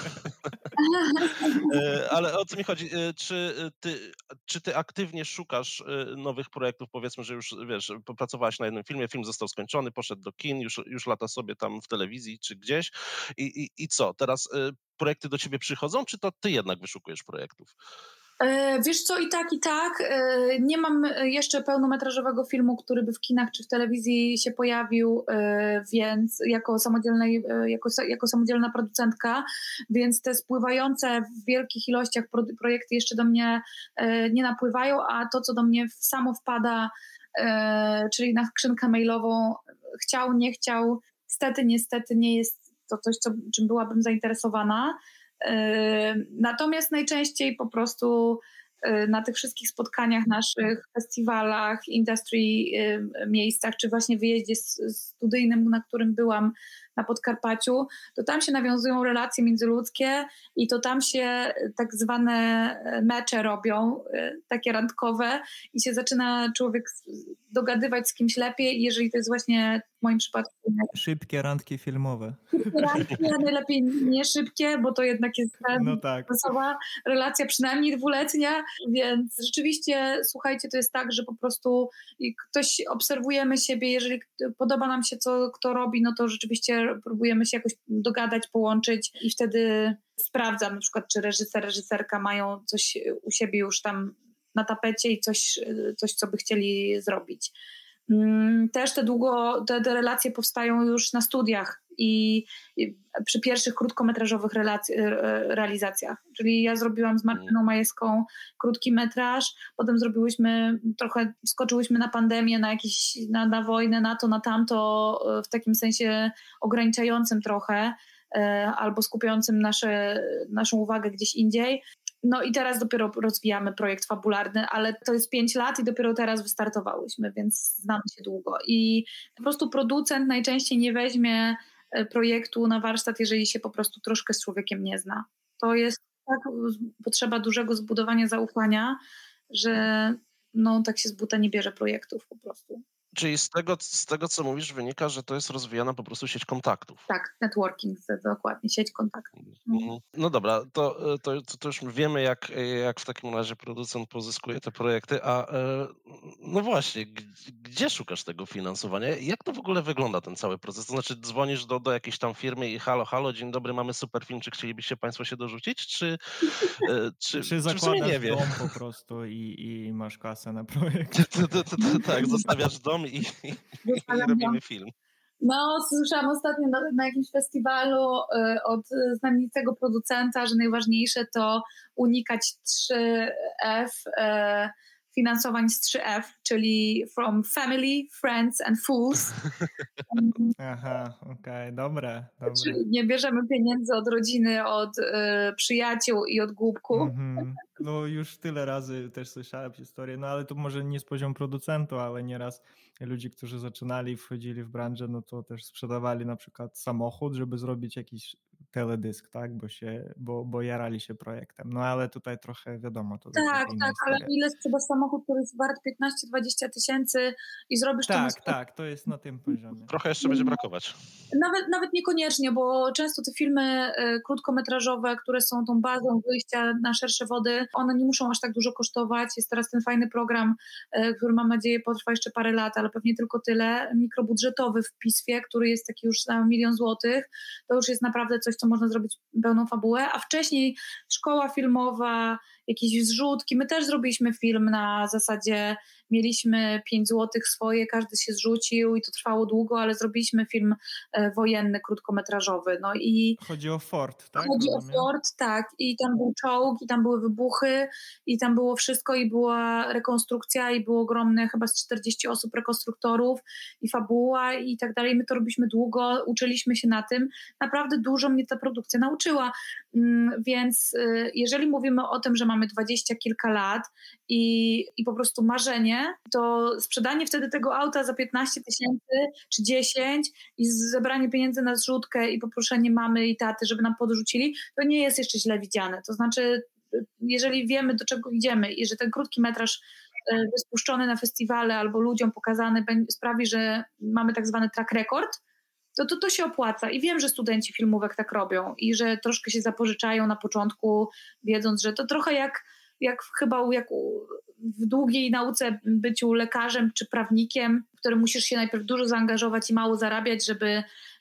Ale o co mi chodzi, czy ty, czy ty aktywnie szukasz nowych projektów, powiedzmy, że już, wiesz, popracowałaś na jednym filmie, film został skończony, poszedł do kin, już, już lata sobie tam w telewizji czy gdzieś i, i, i co, teraz projekty do ciebie przychodzą, czy to ty jednak wyszukujesz projektów? Wiesz co, i tak, i tak. Nie mam jeszcze pełnometrażowego filmu, który by w kinach czy w telewizji się pojawił, więc jako, samodzielnej, jako, jako samodzielna producentka, więc te spływające w wielkich ilościach projekty jeszcze do mnie nie napływają, a to, co do mnie samo wpada, czyli na skrzynkę mailową, chciał, nie chciał, niestety, niestety nie jest to coś, co, czym byłabym zainteresowana. Natomiast najczęściej po prostu na tych wszystkich spotkaniach naszych, festiwalach, industry miejscach, czy właśnie wyjeździe studyjnym, na którym byłam na Podkarpaciu, to tam się nawiązują relacje międzyludzkie i to tam się tak zwane mecze robią, takie randkowe i się zaczyna człowiek dogadywać z kimś lepiej, jeżeli to jest właśnie w moim przypadku... Szybkie randki filmowe. Szybkie randki, a najlepiej nie szybkie, bo to jednak jest no tak. osoba, relacja przynajmniej dwuletnia, więc rzeczywiście, słuchajcie, to jest tak, że po prostu ktoś, obserwujemy siebie, jeżeli podoba nam się, co kto robi, no to rzeczywiście próbujemy się jakoś dogadać, połączyć i wtedy sprawdzam na przykład, czy reżyser, reżyserka mają coś u siebie już tam na tapecie i coś, coś co by chcieli zrobić. Też te długo, te, te relacje powstają już na studiach i, i przy pierwszych krótkometrażowych relacji, realizacjach. Czyli ja zrobiłam z Martyną Majewską krótki metraż, potem zrobiłyśmy, trochę wskoczyłyśmy na pandemię, na jakieś, na, na wojnę, na to, na tamto, w takim sensie ograniczającym trochę albo skupiającym nasze, naszą uwagę gdzieś indziej. No i teraz dopiero rozwijamy projekt fabularny, ale to jest pięć lat i dopiero teraz wystartowałyśmy, więc znamy się długo. I po prostu producent najczęściej nie weźmie projektu na warsztat, jeżeli się po prostu troszkę z człowiekiem nie zna. To jest tak potrzeba dużego zbudowania zaufania, że no tak się z buta nie bierze projektów po prostu. Czyli z tego, z tego, co mówisz, wynika, że to jest rozwijana po prostu sieć kontaktów. Tak, networking, dokładnie, sieć kontaktów. Mhm. No dobra, to, to, to już wiemy, jak, jak w takim razie producent pozyskuje te projekty, a no właśnie, gdzie szukasz tego finansowania? Jak to w ogóle wygląda, ten cały proces? To znaczy dzwonisz do, do jakiejś tam firmy i halo, halo, dzień dobry, mamy super film, czy chcielibyście państwo się dorzucić? Czy, czy, czy zakładasz czy dom po prostu i, i masz kasę na projekt? to, to, to, to, tak, zostawiasz dom i, i, i robimy film. No, słyszałam ostatnio na, na jakimś festiwalu y, od znamienitego producenta, że najważniejsze to unikać trzy F, y, finansowań z trzy F, czyli from family, friends and fools. Aha, okej, okay, dobre, dobre. Czyli nie bierzemy pieniędzy od rodziny, od y, przyjaciół i od głupków. Mm-hmm. No już tyle razy też słyszałem historię, no ale to może nie z poziomu producentu, ale nieraz ludzi, którzy zaczynali, wchodzili w branżę, no to też sprzedawali na przykład samochód, żeby zrobić jakiś teledysk, tak, bo się, bo, bo jarali się projektem. No ale tutaj trochę wiadomo. To tak, tak, ale ile sprzedasz samochód, który jest wart piętnaście dwadzieścia tysięcy i zrobisz tak, to... Tak, tak, to jest na tym poziomie. Trochę jeszcze będzie brakować. Nawet, nawet niekoniecznie, bo często te filmy y, krótkometrażowe, które są tą bazą wyjścia na szersze wody, one nie muszą aż tak dużo kosztować. Jest teraz ten fajny program, y, który mam nadzieję potrwa jeszcze parę lat, ale pewnie tylko tyle, mikrobudżetowy w Pisfie, który jest taki już za milion złotych. To już jest naprawdę coś, co można zrobić pełną fabułę, a wcześniej szkoła filmowa, jakieś zrzutki. My też zrobiliśmy film na zasadzie, mieliśmy pięć złotych swoje, każdy się zrzucił i to trwało długo, ale zrobiliśmy film e, wojenny, krótkometrażowy. No i chodzi o fort, tak? Chodzi Rozumiem? o fort, tak. I tam był czołg, i tam były wybuchy, i tam było wszystko, i była rekonstrukcja, i było ogromne, chyba z czterdzieści osób rekonstruktorów, i fabuła, i tak dalej. My to robiliśmy długo, uczyliśmy się na tym. Naprawdę dużo mnie ta produkcja nauczyła. Więc jeżeli mówimy o tym, że mamy dwadzieścia kilka lat i, i po prostu marzenie, to sprzedanie wtedy tego auta za piętnaście tysięcy czy dziesięć i zebranie pieniędzy na zrzutkę i poproszenie mamy i taty, żeby nam podrzucili, to nie jest jeszcze źle widziane. To znaczy, jeżeli wiemy, do czego idziemy i że ten krótki metraż spuszczony na festiwale albo ludziom pokazany sprawi, że mamy tak zwany track record, to, to to się opłaca. I wiem, że studenci filmówek tak robią i że troszkę się zapożyczają na początku, wiedząc, że to trochę jak, jak chyba jak w długiej nauce byciu lekarzem czy prawnikiem, w którym musisz się najpierw dużo zaangażować i mało zarabiać, żeby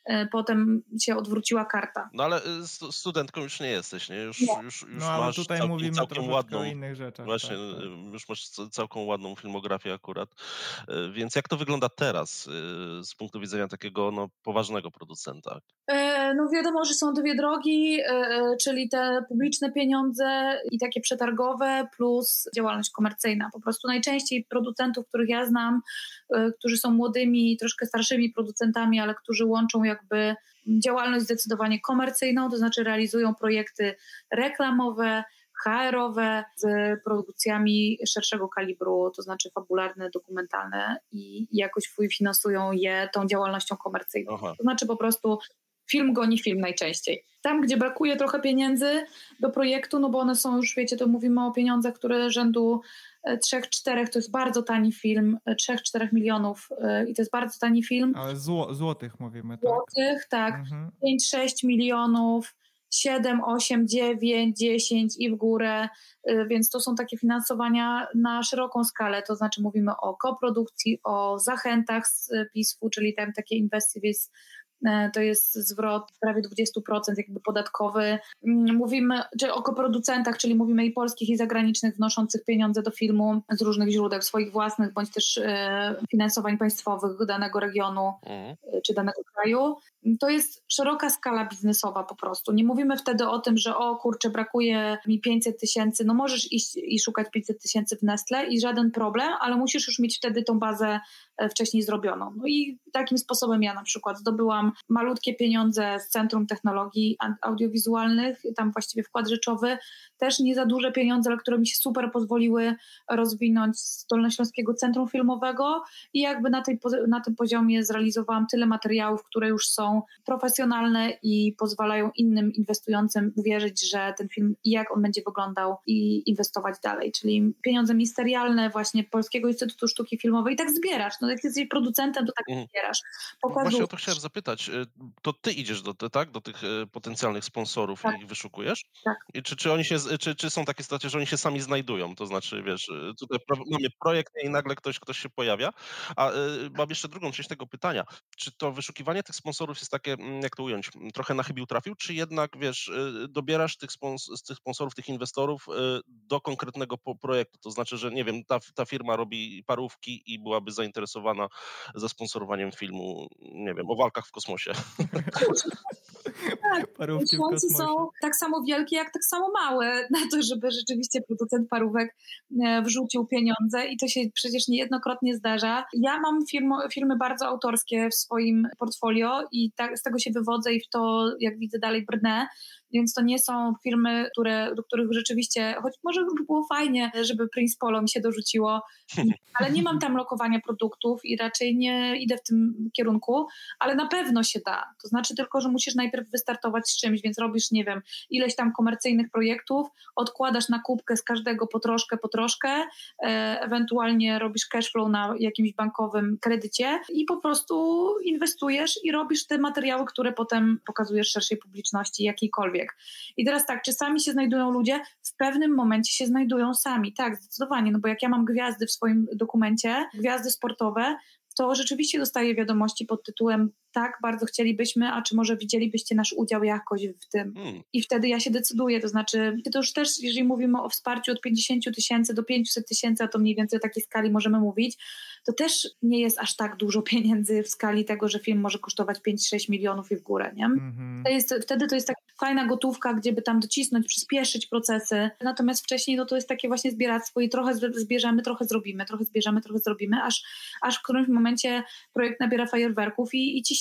potem się odwróciła karta. No ale studentką już nie jesteś, nie? Już, nie. już, już no ale masz tutaj całkiem, mówimy całkiem ładną, o innych rzeczach. właśnie, tak, tak. już masz całkiem ładną filmografię akurat. Więc jak to wygląda teraz z punktu widzenia takiego no, poważnego producenta? No wiadomo, że są dwie drogi, czyli te publiczne pieniądze i takie przetargowe plus działalność komercyjna. Po prostu najczęściej producentów, których ja znam, którzy są młodymi, troszkę starszymi producentami, ale którzy łączą jakby działalność zdecydowanie komercyjną, to znaczy realizują projekty reklamowe, H R-owe z produkcjami szerszego kalibru, to znaczy fabularne, dokumentalne i jakoś finansują je tą działalnością komercyjną. Aha. To znaczy po prostu film goni film najczęściej. Tam, gdzie brakuje trochę pieniędzy do projektu, no bo one są już, wiecie, to mówimy o pieniądzach, które rzędu trzech, czterech, to jest bardzo tani film, trzech, czterech milionów i to jest bardzo tani film. Ale zło, złotych mówimy, tak? Złotych, tak. Mhm. pięć, sześć milionów, siedem, osiem, dziewięć, dziesięć i w górę, więc to są takie finansowania na szeroką skalę, to znaczy mówimy o koprodukcji, o zachętach z P I S F-u, czyli tam takie inwestycje, to jest zwrot prawie dwadzieścia procent jakby podatkowy. Mówimy czy o koproducentach, czyli mówimy i polskich, i zagranicznych wnoszących pieniądze do filmu z różnych źródeł, swoich własnych, bądź też e, finansowań państwowych danego regionu mhm. czy danego kraju. To jest szeroka skala biznesowa po prostu. Nie mówimy wtedy o tym, że o kurczę, brakuje mi pięćset tysięcy, no możesz iść i szukać pięćset tysięcy w Nestle i żaden problem, ale musisz już mieć wtedy tą bazę wcześniej zrobioną. No i takim sposobem ja na przykład zdobyłam malutkie pieniądze z Centrum Technologii Audiowizualnych, tam właściwie wkład rzeczowy, też nie za duże pieniądze, ale które mi się super pozwoliły rozwinąć z Dolnośląskiego Centrum Filmowego i jakby na, tej, na tym poziomie zrealizowałam tyle materiałów, które już są profesjonalne i pozwalają innym inwestującym uwierzyć, że ten film i jak on będzie wyglądał i inwestować dalej, czyli pieniądze ministerialne właśnie Polskiego Instytutu Sztuki Filmowej i tak zbierasz, no jak jesteś producentem, to tak mm. zbierasz. Pokażu... Właśnie o to chciałem zapytać, to ty idziesz do, tak, do tych potencjalnych sponsorów tak. i ich wyszukujesz? Tak. I czy, czy oni się Czy, czy są takie sytuacje, że oni się sami znajdują? To znaczy, wiesz, tutaj mamy projekt i nagle ktoś, ktoś się pojawia. A y, mam jeszcze drugą część tego pytania. Czy to wyszukiwanie tych sponsorów jest takie, jak to ująć, trochę na chybił trafił, czy jednak, wiesz, y, dobierasz tych, spons- tych sponsorów, tych inwestorów y, do konkretnego po- projektu? To znaczy, że nie wiem, ta, ta firma robi parówki i byłaby zainteresowana zasponsorowaniem filmu, nie wiem, o walkach w kosmosie. Tak, parówki w kosmosie. Są tak samo wielkie, jak tak samo małe na to, żeby rzeczywiście producent parówek wrzucił pieniądze i to się przecież niejednokrotnie zdarza. Ja mam firmo, firmy bardzo autorskie w swoim portfolio i tak, z tego się wywodzę i w to, jak widzę, dalej brnę. Więc to nie są firmy, które, do których rzeczywiście, choć może by było fajnie, żeby Prince Polo mi się dorzuciło, ale nie mam tam lokowania produktów i raczej nie idę w tym kierunku, ale na pewno się da. To znaczy tylko, że musisz najpierw wystartować z czymś, więc robisz, nie wiem, ileś tam komercyjnych projektów, odkładasz na kubkę z każdego po troszkę, po troszkę, e, ewentualnie robisz cashflow na jakimś bankowym kredycie i po prostu inwestujesz i robisz te materiały, które potem pokazujesz szerszej publiczności, jakiejkolwiek. I teraz tak, czy sami się znajdują ludzie? W pewnym momencie się znajdują sami, tak, zdecydowanie, no bo jak ja mam gwiazdy w swoim dokumencie, gwiazdy sportowe, to rzeczywiście dostaję wiadomości pod tytułem tak, bardzo chcielibyśmy, a czy może widzielibyście nasz udział jakoś w tym? Hmm. I wtedy ja się decyduję, to znaczy to już też, jeżeli mówimy o wsparciu od pięćdziesiąt tysięcy do pięćset tysięcy, a to mniej więcej o takiej skali możemy mówić, to też nie jest aż tak dużo pieniędzy w skali tego, że film może kosztować pięć sześć milionów i w górę, nie? Mm-hmm. To jest, wtedy to jest taka fajna gotówka, gdzie by tam docisnąć, przyspieszyć procesy, natomiast wcześniej no to jest takie właśnie zbieractwo i trochę zbierzemy, trochę zrobimy, trochę zbierzemy, trochę zrobimy, aż, aż w którymś momencie projekt nabiera fajerwerków i, i ciśnie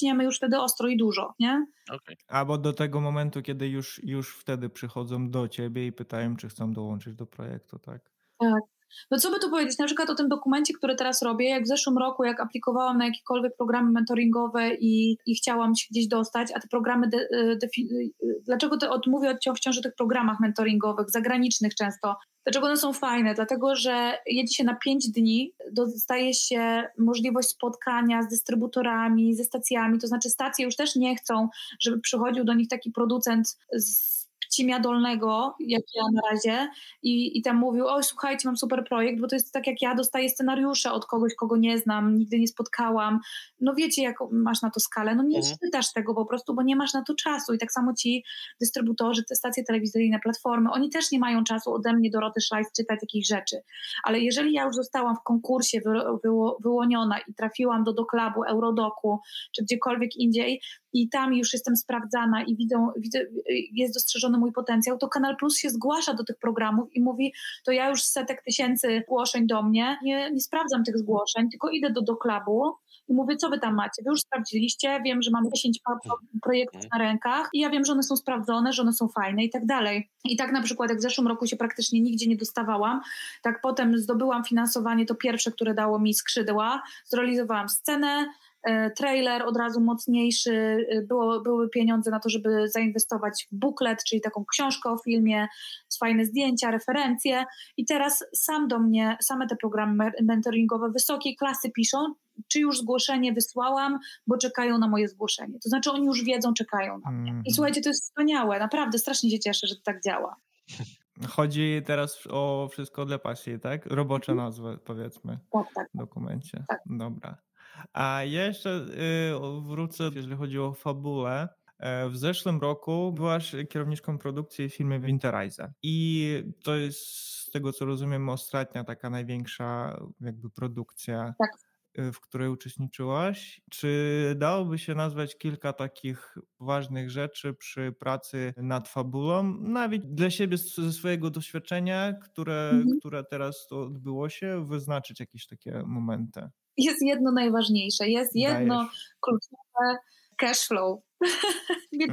ciśniemy już wtedy ostro i dużo, nie? Okay. Albo do tego momentu, kiedy już, już wtedy przychodzą do ciebie i pytają, czy chcą dołączyć do projektu, tak? Tak. No co by tu powiedzieć, na przykład o tym dokumencie, który teraz robię, jak w zeszłym roku, jak aplikowałam na jakiekolwiek programy mentoringowe i, i chciałam się gdzieś dostać, a te programy, de, de, dlaczego te, od, mówię wciąż o tych programach mentoringowych, zagranicznych często, dlaczego one są fajne? Dlatego, że jedzie się na pięć dni, dostaje się możliwość spotkania z dystrybutorami, ze stacjami, to znaczy stacje już też nie chcą, żeby przychodził do nich taki producent z Pcimia Dolnego, jak ja na razie, i, i tam mówił, oj słuchajcie, mam super projekt, bo to jest tak jak ja dostaję scenariusze od kogoś, kogo nie znam, nigdy nie spotkałam. No wiecie, jak masz na to skalę, no nie Mhm. czytasz tego po prostu, bo nie masz na to czasu. I tak samo ci dystrybutorzy, te stacje telewizyjne, platformy, oni też nie mają czasu ode mnie, Doroty Szlajs, czytać jakichś rzeczy. Ale jeżeli ja już zostałam w konkursie wy, wy, wyłoniona i trafiłam do Doklabu, Eurodoku, czy gdziekolwiek indziej, i tam już jestem sprawdzana i widzą, widzę, jest dostrzeżony mój potencjał, to Kanal Plus się zgłasza do tych programów i mówi, to ja już setek tysięcy zgłoszeń do mnie, nie, nie sprawdzam tych zgłoszeń, tylko idę do Doklabu i mówię, co wy tam macie? Wy już sprawdziliście, wiem, że mam dziesięć projektów na rękach i ja wiem, że one są sprawdzone, że one są fajne i tak dalej. I tak na przykład jak w zeszłym roku się praktycznie nigdzie nie dostawałam, tak potem zdobyłam finansowanie, to pierwsze, które dało mi skrzydła, zrealizowałam scenę, trailer od razu mocniejszy, było, były pieniądze na to, żeby zainwestować w booklet, czyli taką książkę o filmie, fajne zdjęcia, referencje i teraz sam do mnie, same te programy mentoringowe wysokiej klasy piszą, czy już zgłoszenie wysłałam, bo czekają na moje zgłoszenie. To znaczy oni już wiedzą, czekają na mnie. I słuchajcie, to jest wspaniałe, naprawdę strasznie się cieszę, że to tak działa. Chodzi teraz o wszystko dla pasji, tak? Robocza nazwa, powiedzmy, tak, tak, w dokumencie. Tak. Dobra. A jeszcze y, wrócę, jeżeli chodzi o fabułę. W zeszłym roku byłaś kierowniczką produkcji w filmie Winterreise i to jest, z tego co rozumiem, ostatnia taka największa jakby produkcja, tak. w której uczestniczyłaś. Czy dałoby się nazwać kilka takich ważnych rzeczy przy pracy nad fabułą, nawet dla siebie ze swojego doświadczenia, które, Mhm. które teraz to odbyło się, wyznaczyć jakieś takie momenty? Jest jedno najważniejsze, jest jedno Dajesz. kluczowe, cash flow. nie,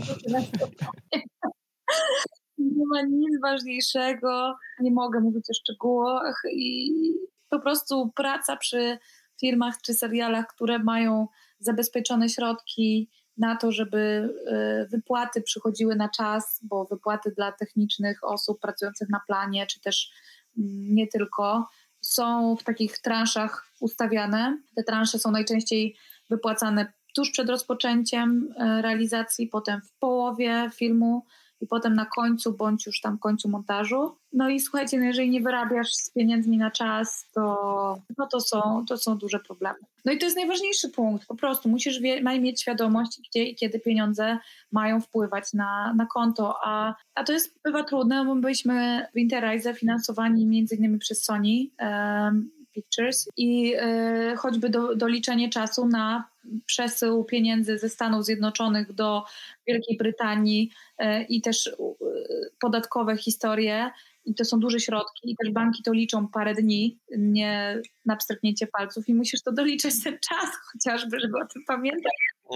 nie ma nic ważniejszego, nie mogę mówić o szczegółach i po prostu praca przy filmach czy serialach, które mają zabezpieczone środki na to, żeby wypłaty przychodziły na czas, bo wypłaty dla technicznych osób pracujących na planie, czy też nie tylko, są w takich transzach ustawiane. Te transze są najczęściej wypłacane tuż przed rozpoczęciem realizacji, potem w połowie filmu i potem na końcu, bądź już tam końcu montażu. No i słuchajcie, no jeżeli nie wyrabiasz z pieniędzmi na czas, to, no to, są, to są duże problemy. No i to jest najważniejszy punkt, po prostu musisz wie, mieć świadomość, gdzie i kiedy pieniądze mają wpływać na, na konto, a, a to jest bywa trudne, bo byliśmy w Winterreise finansowani między innymi przez Sony um, Pictures i y, choćby do, doliczenie czasu na przesył pieniędzy ze Stanów Zjednoczonych do Wielkiej Brytanii y, i też y, podatkowe historie i to są duże środki i też banki to liczą parę dni, nie na pstryknięcie palców i musisz to doliczać ten czas chociażby, żeby o tym pamiętać.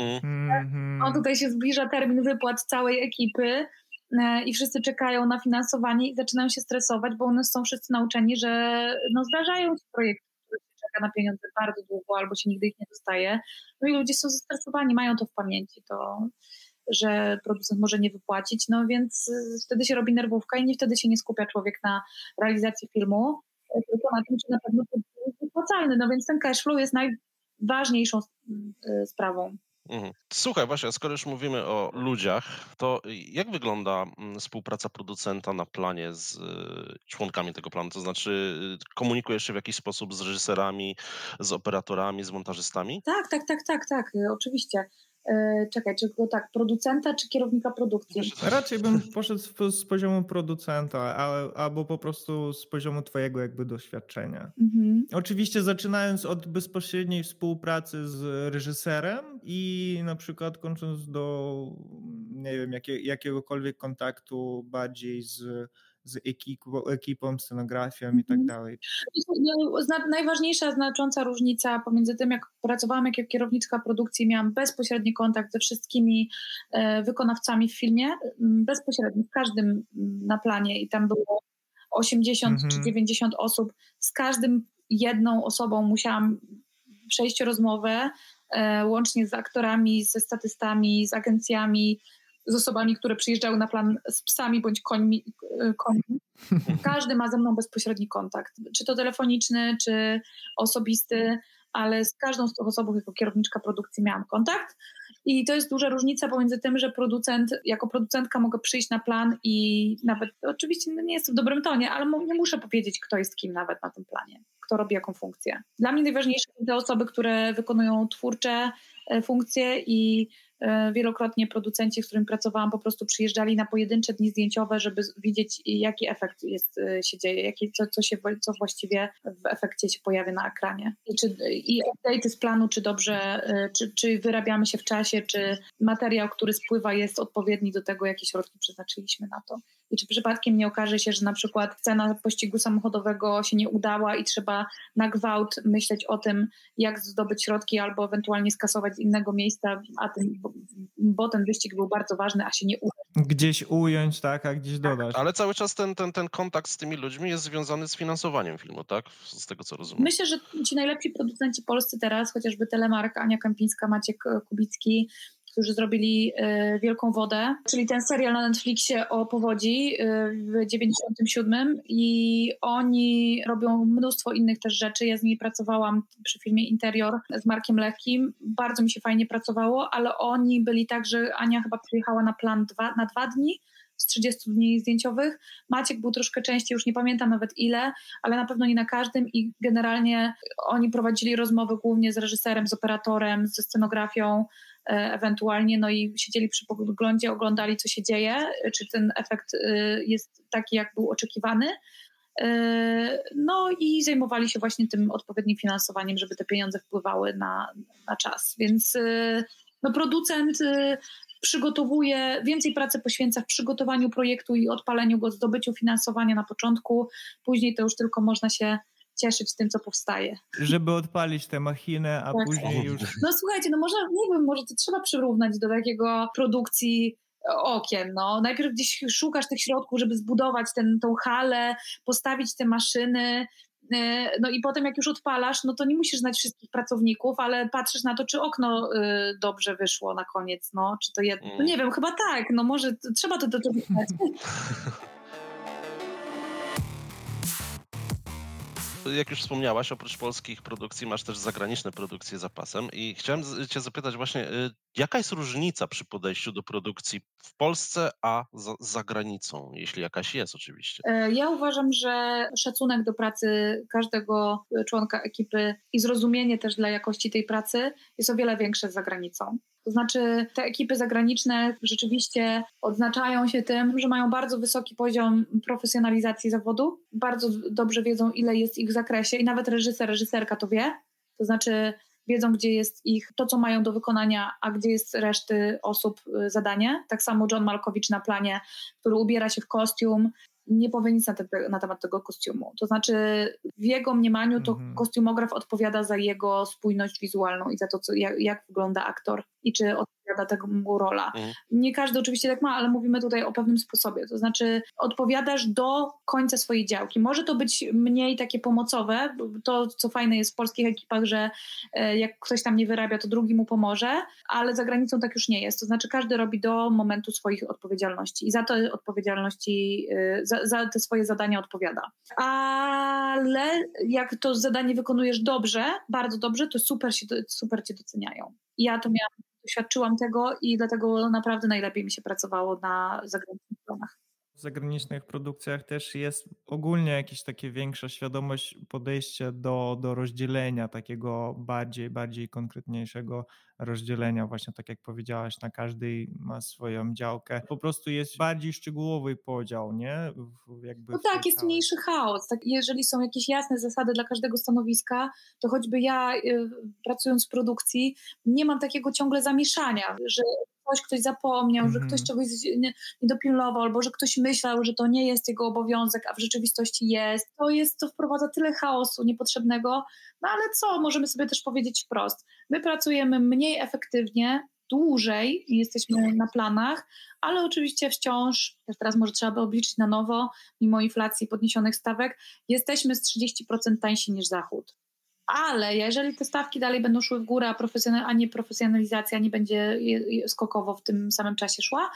Mm-hmm. No tutaj się zbliża termin wypłat całej ekipy i wszyscy czekają na finansowanie i zaczynają się stresować, bo one są wszyscy nauczeni, że no zdarzają się projekty, które się czeka na pieniądze bardzo długo albo się nigdy ich nie dostaje. No i ludzie są zestresowani, mają to w pamięci, to, że producent może nie wypłacić, no więc wtedy się robi nerwówka i nie wtedy się nie skupia człowiek na realizacji filmu, tylko na tym, czy na pewno to jest wypłacalny. No więc ten cash flow jest najważniejszą sprawą. Słuchaj, właśnie, skoro już mówimy o ludziach, to jak wygląda współpraca producenta na planie z członkami tego planu? To znaczy komunikujesz się w jakiś sposób z reżyserami, z operatorami, z montażystami? Tak, tak, tak, tak, tak, oczywiście. Czekaj, czy go tak, producenta czy kierownika produkcji? Raczej bym poszedł z, z poziomu producenta, ale, albo po prostu z poziomu twojego jakby doświadczenia. Mhm. Oczywiście zaczynając od bezpośredniej współpracy z reżyserem i na przykład kończąc do, nie wiem, jakie, jakiegokolwiek kontaktu bardziej z z ekipą, ekipą scenografią i tak dalej. Najważniejsza, znacząca różnica pomiędzy tym, jak pracowałam jako kierowniczka produkcji, miałam bezpośredni kontakt ze wszystkimi wykonawcami w filmie, bezpośredni, w każdym na planie i tam było osiemdziesiąt mhm. czy dziewięćdziesiąt osób, z każdym jedną osobą musiałam przejść rozmowę, łącznie z aktorami, ze statystami, z agencjami, z osobami, które przyjeżdżały na plan z psami bądź końmi. końmi. Każdy ma ze mną bezpośredni kontakt, czy to telefoniczny, czy osobisty, ale z każdą z tych osób jako kierowniczka produkcji miałam kontakt i to jest duża różnica pomiędzy tym, że producent, jako producentka mogę przyjść na plan i nawet, oczywiście nie jest w dobrym tonie, ale nie muszę powiedzieć, kto jest kim nawet na tym planie, kto robi jaką funkcję. Dla mnie najważniejsze są te osoby, które wykonują twórcze funkcje i wielokrotnie producenci, z którymi pracowałam, po prostu przyjeżdżali na pojedyncze dni zdjęciowe, żeby widzieć, jaki efekt jest, się dzieje, jaki, co, co, się, co właściwie w efekcie się pojawia na ekranie. I, czy, i update'y z planu, czy dobrze, czy, czy wyrabiamy się w czasie, czy materiał, który spływa, jest odpowiedni do tego, jakie środki przeznaczyliśmy na to. I czy przypadkiem nie okaże się, że na przykład scena pościgu samochodowego się nie udała i trzeba na gwałt myśleć o tym, jak zdobyć środki albo ewentualnie skasować z innego miejsca, a ten, bo, bo ten wyścig był bardzo ważny, a się nie udał. Gdzieś ująć, tak, a gdzieś dodać. Ale cały czas ten, ten, ten kontakt z tymi ludźmi jest związany z finansowaniem filmu, tak? Z tego, co rozumiem. Myślę, że ci najlepsi producenci polscy teraz, chociażby Telemark, Ania Kępińska, Maciek Kubicki, którzy zrobili y, Wielką Wodę, czyli ten serial na Netflixie o powodzi y, w dziewięćdziesiątym siódmym i oni robią mnóstwo innych też rzeczy. Ja z nimi pracowałam przy filmie Interior z Markiem Lechkim. Bardzo mi się fajnie pracowało, ale oni byli tak, że Ania chyba przyjechała na plan dwa, na dwa dni z trzydziestu dni zdjęciowych. Maciek był troszkę częściej, już nie pamiętam nawet ile, ale na pewno nie na każdym i generalnie oni prowadzili rozmowy głównie z reżyserem, z operatorem, ze scenografią, ewentualnie, no i siedzieli przy podglądzie, oglądali, co się dzieje, czy ten efekt jest taki, jak był oczekiwany. No i zajmowali się właśnie tym odpowiednim finansowaniem, żeby te pieniądze wpływały na, na czas. Więc no, producent przygotowuje, więcej pracy poświęca w przygotowaniu projektu i odpaleniu go, zdobyciu finansowania na początku, później to już tylko można się cieszyć tym, co powstaje. Żeby odpalić tę machinę, a tak. Później już... No słuchajcie, no może, nie wiem, może to trzeba przyrównać do takiego produkcji okien, no. Najpierw gdzieś szukasz tych środków, żeby zbudować ten, tą halę, postawić te maszyny, no i potem jak już odpalasz, no to nie musisz znać wszystkich pracowników, ale patrzysz na to, czy okno y, dobrze wyszło na koniec, no, czy to jedno, no nie wiem, chyba tak, no może to, trzeba to do tego znać. Jak już wspomniałaś, oprócz polskich produkcji masz też zagraniczne produkcje za pasem i chciałem cię zapytać właśnie, jaka jest różnica przy podejściu do produkcji w Polsce, a za, za granicą, jeśli jakaś jest oczywiście? Ja uważam, że szacunek do pracy każdego członka ekipy i zrozumienie też dla jakości tej pracy jest o wiele większe za granicą. To znaczy te ekipy zagraniczne rzeczywiście odznaczają się tym, że mają bardzo wysoki poziom profesjonalizacji zawodu, bardzo dobrze wiedzą, ile jest ich w zakresie i nawet reżyser, reżyserka to wie, to znaczy wiedzą, gdzie jest ich to, co mają do wykonania, a gdzie jest reszty osób zadanie. Tak samo John Malkowicz na planie, który ubiera się w kostium, nie powie nic na, te, na temat tego kostiumu. To znaczy w jego mniemaniu to mm-hmm. kostiumograf odpowiada za jego spójność wizualną i za to, co, jak, jak wygląda aktor i czy odpowiada temu rola. Mm. Nie każdy oczywiście tak ma, ale mówimy tutaj o pewnym sposobie. To znaczy odpowiadasz do końca swojej działki. Może to być mniej takie pomocowe. To, co fajne jest w polskich ekipach, że jak ktoś tam nie wyrabia, to drugi mu pomoże, ale za granicą tak już nie jest. To znaczy każdy robi do momentu swoich odpowiedzialności i za te odpowiedzialności, za, za te swoje zadania odpowiada. Ale jak to zadanie wykonujesz dobrze, bardzo dobrze, to super, się, super cię doceniają. I ja to miałam, doświadczyłam tego i dlatego naprawdę najlepiej mi się pracowało na zagranicznych planach. W zagranicznych produkcjach też jest ogólnie jakaś taka większa świadomość podejścia do, do rozdzielenia, takiego bardziej, bardziej konkretniejszego rozdzielenia. Właśnie tak jak powiedziałaś, na każdej ma swoją działkę. Po prostu jest bardziej szczegółowy podział, nie? Jakby no tak, jest mniejszy chaos. Tak, jeżeli są jakieś jasne zasady dla każdego stanowiska, to choćby ja y, pracując w produkcji nie mam takiego ciągle zamieszania, że ktoś, ktoś zapomniał, Mhm. że ktoś czegoś nie, nie dopilnował, albo że ktoś myślał, że to nie jest jego obowiązek, a w rzeczywistości jest. To jest, to wprowadza tyle chaosu niepotrzebnego, no ale co, możemy sobie też powiedzieć wprost. My pracujemy mniej efektywnie, dłużej, jesteśmy na planach, ale oczywiście wciąż, teraz może trzeba by obliczyć na nowo, mimo inflacji podniesionych stawek, jesteśmy z trzydzieści procent tańsi niż Zachód. Ale jeżeli te stawki dalej będą szły w górę, a, profesjonal, a nie profesjonalizacja nie będzie skokowo w tym samym czasie szła,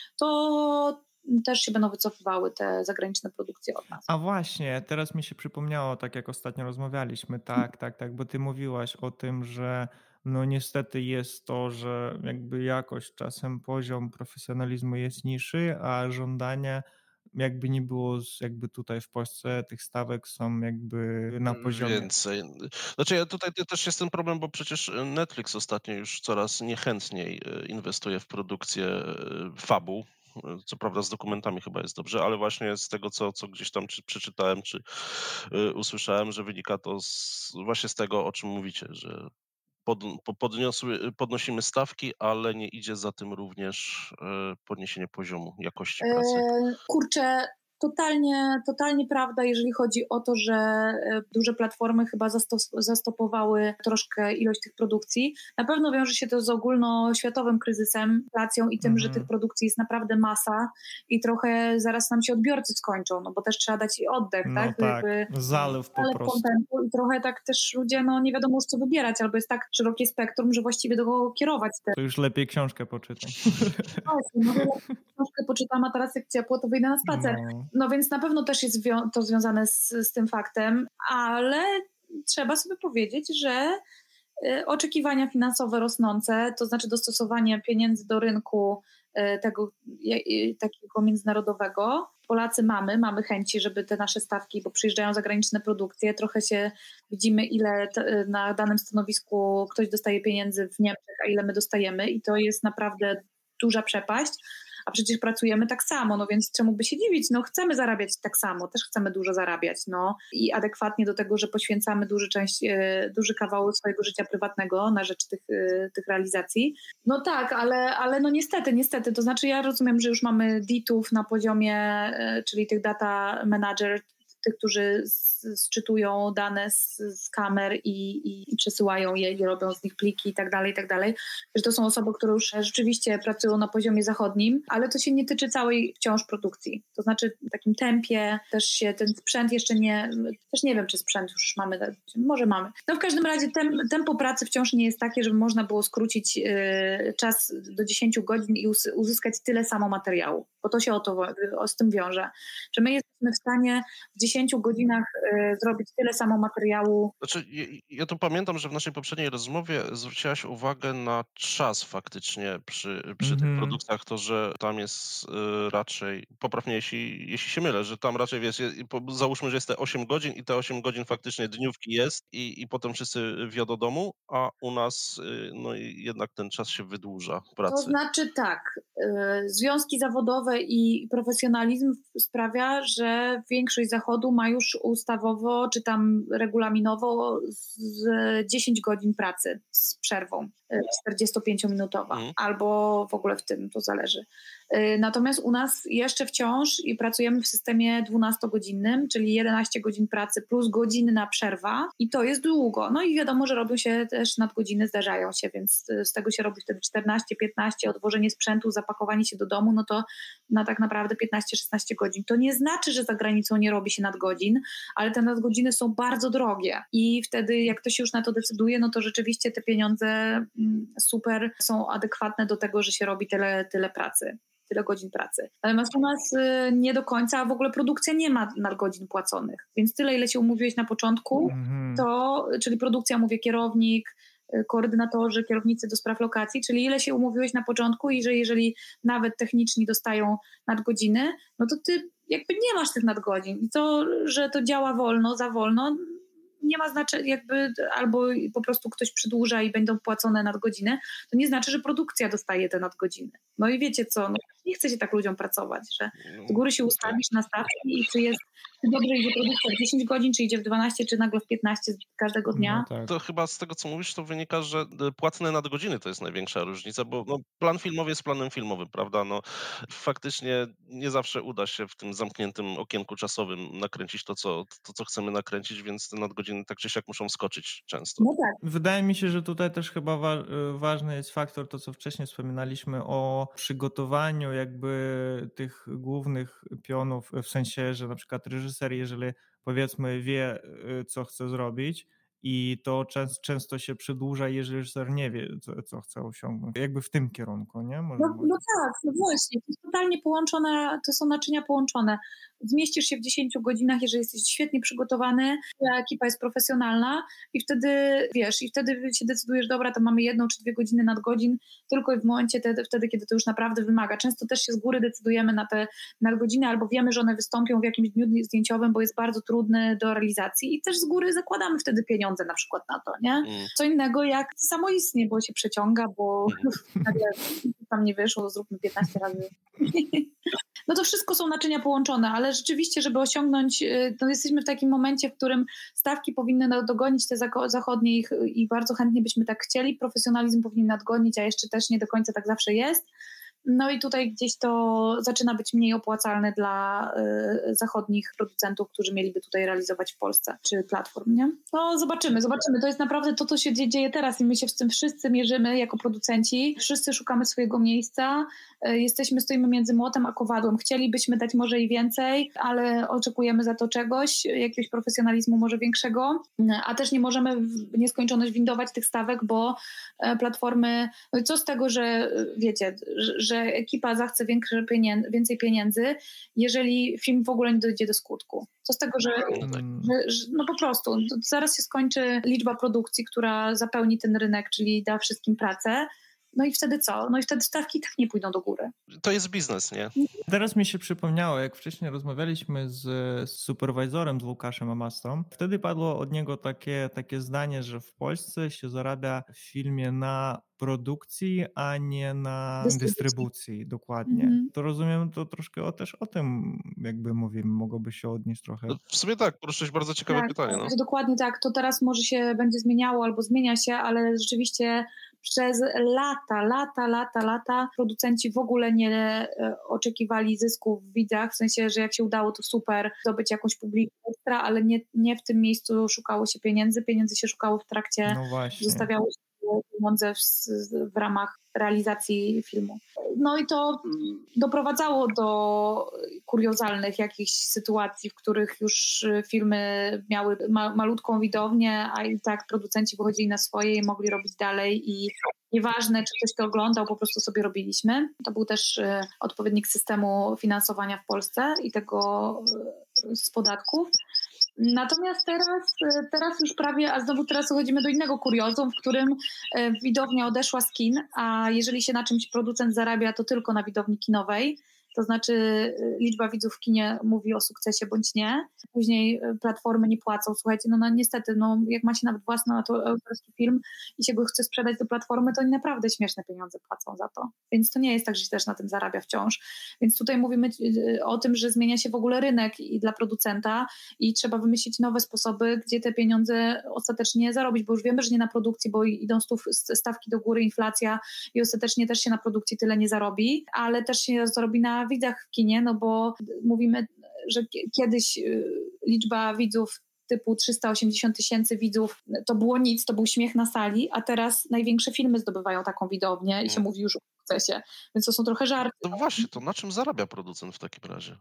to też się będą wycofywały te zagraniczne produkcje od nas. A właśnie, teraz mi się przypomniało, tak jak ostatnio rozmawialiśmy, tak, tak, tak, bo ty mówiłaś o tym, że no niestety jest to, że jakby jakoś czasem poziom profesjonalizmu jest niższy, a żądania jakby nie było, jakby tutaj w Polsce tych stawek są jakby na poziomie. Więcej. Znaczy ja tutaj też jest ten problem, bo przecież Netflix ostatnio już coraz niechętniej inwestuje w produkcję fabuł. Co prawda z dokumentami chyba jest dobrze, ale właśnie z tego, co, co gdzieś tam czy przeczytałem, czy y, usłyszałem, że wynika to z, właśnie z tego, o czym mówicie, że pod, podniosły, podnosimy stawki, ale nie idzie za tym również y, podniesienie poziomu jakości pracy. E, kurczę, totalnie, totalnie prawda, jeżeli chodzi o to, że duże platformy chyba zastos- zastopowały troszkę ilość tych produkcji. Na pewno wiąże się to z ogólnoświatowym kryzysem, inflacją i tym, mm. że tych produkcji jest naprawdę masa i trochę zaraz nam się odbiorcy skończą, no bo też trzeba dać i oddech, no tak? tak, Jakby zalew po prostu. Kontentu i trochę tak też ludzie, no nie wiadomo już co wybierać, albo jest tak szerokie spektrum, że właściwie do kogo kierować te. To już lepiej książkę poczytaj. Właśnie, może książkę poczytam, a teraz jak ciepło, to wyjdę na spacer. No, no więc na pewno też jest zwią- to związane z, z tym faktem, ale trzeba sobie powiedzieć, że y, oczekiwania finansowe rosnące, to znaczy dostosowanie pieniędzy do rynku y, tego y, takiego międzynarodowego, Polacy mamy, mamy chęci, żeby te nasze stawki, bo przyjeżdżają zagraniczne produkcje, trochę się widzimy, ile t- na danym stanowisku ktoś dostaje pieniędzy w Niemczech, a ile my dostajemy i to jest naprawdę duża przepaść, a przecież pracujemy tak samo, no więc czemu by się dziwić, no chcemy zarabiać tak samo, też chcemy dużo zarabiać, no i adekwatnie do tego, że poświęcamy duży część, duży kawał swojego życia prywatnego na rzecz tych, tych realizacji. No tak, ale, ale no niestety, niestety, to znaczy ja rozumiem, że już mamy D I T-ów na poziomie, czyli tych data manager, tych, którzy sczytują dane z, z kamer i, i, i przesyłają je i robią z nich pliki i tak dalej, i tak dalej. Że to są osoby, które już rzeczywiście pracują na poziomie zachodnim, ale to się nie tyczy całej wciąż produkcji. To znaczy w takim tempie też się ten sprzęt jeszcze nie, też nie wiem, czy sprzęt już mamy, może mamy. No w każdym razie tem, tempo pracy wciąż nie jest takie, żeby można było skrócić y, czas do dziesięciu godzin i us, uzyskać tyle samo materiału, bo to się o to o, z tym wiąże. Że my jesteśmy w stanie w dziesięciu godzinach y, zrobić tyle samo materiału. Znaczy, ja, ja tu pamiętam, że w naszej poprzedniej rozmowie zwróciłaś uwagę na czas faktycznie przy, przy mm-hmm. tych produkcjach, to, że tam jest y, raczej, poprawnie jeśli, jeśli się mylę, że tam raczej jest, załóżmy, że jest te osiem godzin i te osiem godzin faktycznie dniówki jest i, i potem wszyscy wiodą do domu, a u nas y, no jednak ten czas się wydłuża pracy. To znaczy tak, y, związki zawodowe i profesjonalizm sprawia, że większość Zachodu ma już ustawowo czy tam regulaminowo z dziesięć godzin pracy z przerwą czterdziestopięciominutowa mm. albo w ogóle w tym, to zależy. Natomiast u nas jeszcze wciąż i pracujemy w systemie dwunastogodzinnym, czyli jedenaście godzin pracy plus godzinna przerwa i to jest długo. No i wiadomo, że robią się też nadgodziny, zdarzają się, więc z tego się robi wtedy czternaście piętnaście, odwożenie sprzętu, zapakowanie się do domu, no to na tak naprawdę piętnaście szesnaście godzin. To nie znaczy, że za granicą nie robi się nadgodzin, ale te nadgodziny są bardzo drogie i wtedy jak ktoś się już na to decyduje, no to rzeczywiście te pieniądze super są adekwatne do tego, że się robi tyle, tyle pracy. Tyle godzin pracy. Natomiast u nas y, nie do końca, a w ogóle produkcja nie ma nadgodzin płaconych. Więc tyle, ile się umówiłeś na początku, mm-hmm. to, czyli produkcja, mówię kierownik, y, koordynatorzy, kierownicy do spraw lokacji, czyli ile się umówiłeś na początku i że jeżeli nawet techniczni dostają nadgodziny, no to ty jakby nie masz tych nadgodzin. I to, że to działa wolno, za wolno, nie ma znaczenia, jakby albo po prostu ktoś przedłuża i będą płacone nadgodziny, to nie znaczy, że produkcja dostaje te nadgodziny. No i wiecie co, no, nie chce się tak ludziom pracować, że z góry się ustawisz na stawki i czy jest czy dobrze idzie produkcja w dziesięć godzin, czy idzie w dwanaście, czy nagle w piętnaście każdego dnia. No tak. To chyba z tego, co mówisz, to wynika, że płatne nadgodziny to jest największa różnica, bo no, plan filmowy jest planem filmowym, prawda? No, faktycznie nie zawsze uda się w tym zamkniętym okienku czasowym nakręcić to, co, to, co chcemy nakręcić, więc te nadgodziny tak czy siak muszą skoczyć często. No tak. Wydaje mi się, że tutaj też chyba wa- ważny jest faktor, to co wcześniej wspominaliśmy o przygotowaniu jakby tych głównych pionów, w sensie, że na przykład reżyser, jeżeli powiedzmy wie, co chce zrobić, i to często, często się przedłuża, jeżeli reżyser nie wie, co, co chce osiągnąć. Jakby w tym kierunku, nie? Może, No, może. no tak, no właśnie. To jest totalnie połączone, to są naczynia połączone. Zmieścisz się w dziesięciu godzinach, jeżeli jesteś świetnie przygotowany, twoja ekipa jest profesjonalna i wtedy, wiesz, i wtedy się decydujesz, dobra, to mamy jedną czy dwie godziny nadgodzin, tylko w momencie te, wtedy, kiedy to już naprawdę wymaga. Często też się z góry decydujemy na te nadgodziny, albo wiemy, że one wystąpią w jakimś dniu zdjęciowym, bo jest bardzo trudny do realizacji i też z góry zakładamy wtedy pieniądze na przykład na to, nie? Mm. Co innego jak samoistnie, bo się przeciąga, bo nagle tam nie wyszło, zróbmy piętnaście razy. No to wszystko są naczynia połączone, ale rzeczywiście, żeby osiągnąć, to jesteśmy w takim momencie, w którym stawki powinny dogonić te zachodnie i, i bardzo chętnie byśmy tak chcieli, profesjonalizm powinien nadgonić, a jeszcze też nie do końca tak zawsze jest. No i tutaj gdzieś to zaczyna być mniej opłacalne dla y, zachodnich producentów, którzy mieliby tutaj realizować w Polsce, czy platform, nie? No zobaczymy, zobaczymy. To jest naprawdę to, co się dzieje teraz i my się z tym wszyscy mierzymy jako producenci. Wszyscy szukamy swojego miejsca. Y, jesteśmy, stoimy między młotem a kowadłem. Chcielibyśmy dać może i więcej, ale oczekujemy za to czegoś, jakiegoś profesjonalizmu może większego, a też nie możemy w nieskończoność windować tych stawek, bo y, platformy, no i co z tego, że wiecie, że, że ekipa zachce większe pieniędzy, więcej pieniędzy, jeżeli film w ogóle nie dojdzie do skutku. Co z tego, że, Hmm. że, że no po prostu zaraz się skończy liczba produkcji, która zapełni ten rynek, czyli da wszystkim pracę. No i wtedy co? No i wtedy stawki tak nie pójdą do góry. To jest biznes, nie? Teraz mi się przypomniało, jak wcześniej rozmawialiśmy z, z superwajzorem, z Łukaszem Amastą, wtedy padło od niego takie, takie zdanie, że w Polsce się zarabia w filmie na produkcji, a nie na Dystrybucji. dystrybucji, dokładnie. Mm-hmm. To rozumiem, to troszkę o, też o tym jakby mówimy, mogłoby się odnieść trochę. No, w sumie tak, poruszyłeś bardzo ciekawe tak, pytanie. Tak, no. dokładnie tak, to teraz może się będzie zmieniało albo zmienia się, ale rzeczywiście przez lata, lata, lata, lata producenci w ogóle nie e, oczekiwali zysków w widzach, w sensie, że jak się udało, to super, zdobyć jakąś publikę ekstra, ale nie, nie w tym miejscu szukało się pieniędzy, pieniędzy się szukało w trakcie, no właśnie. zostawiało się pieniądze w, w ramach realizacji filmu. No i to doprowadzało do kuriozalnych jakichś sytuacji, w których już filmy miały ma, malutką widownię, a i tak producenci wychodzili na swoje i mogli robić dalej i nieważne, czy ktoś to oglądał, po prostu sobie robiliśmy. To był też y, odpowiednik systemu finansowania w Polsce i tego y, z podatków. Natomiast teraz, teraz już prawie, a znowu teraz dochodzimy do innego kuriozum, w którym widownia odeszła z kin, a jeżeli się na czymś producent zarabia, to tylko na widowni kinowej, to znaczy liczba widzów w kinie mówi o sukcesie bądź nie. Później platformy nie płacą. Słuchajcie, no, no niestety, no, jak ma się nawet własny autorski film i się go chce sprzedać do platformy, to oni naprawdę śmieszne pieniądze płacą za to. Więc to nie jest tak, że się też na tym zarabia wciąż. Więc tutaj mówimy o tym, że zmienia się w ogóle rynek i dla producenta i trzeba wymyślić nowe sposoby, gdzie te pieniądze ostatecznie zarobić, bo już wiemy, że nie na produkcji, bo idą stawki do góry, inflacja i ostatecznie też się na produkcji tyle nie zarobi, ale też się zarobi na widzach w kinie, no bo mówimy, że kiedyś liczba widzów typu trzysta osiemdziesiąt tysięcy widzów to było nic, to był śmiech na sali, a teraz największe filmy zdobywają taką widownię i się mówi już o sukcesie, więc to są trochę żarty. No właśnie, to na czym zarabia producent w takim razie?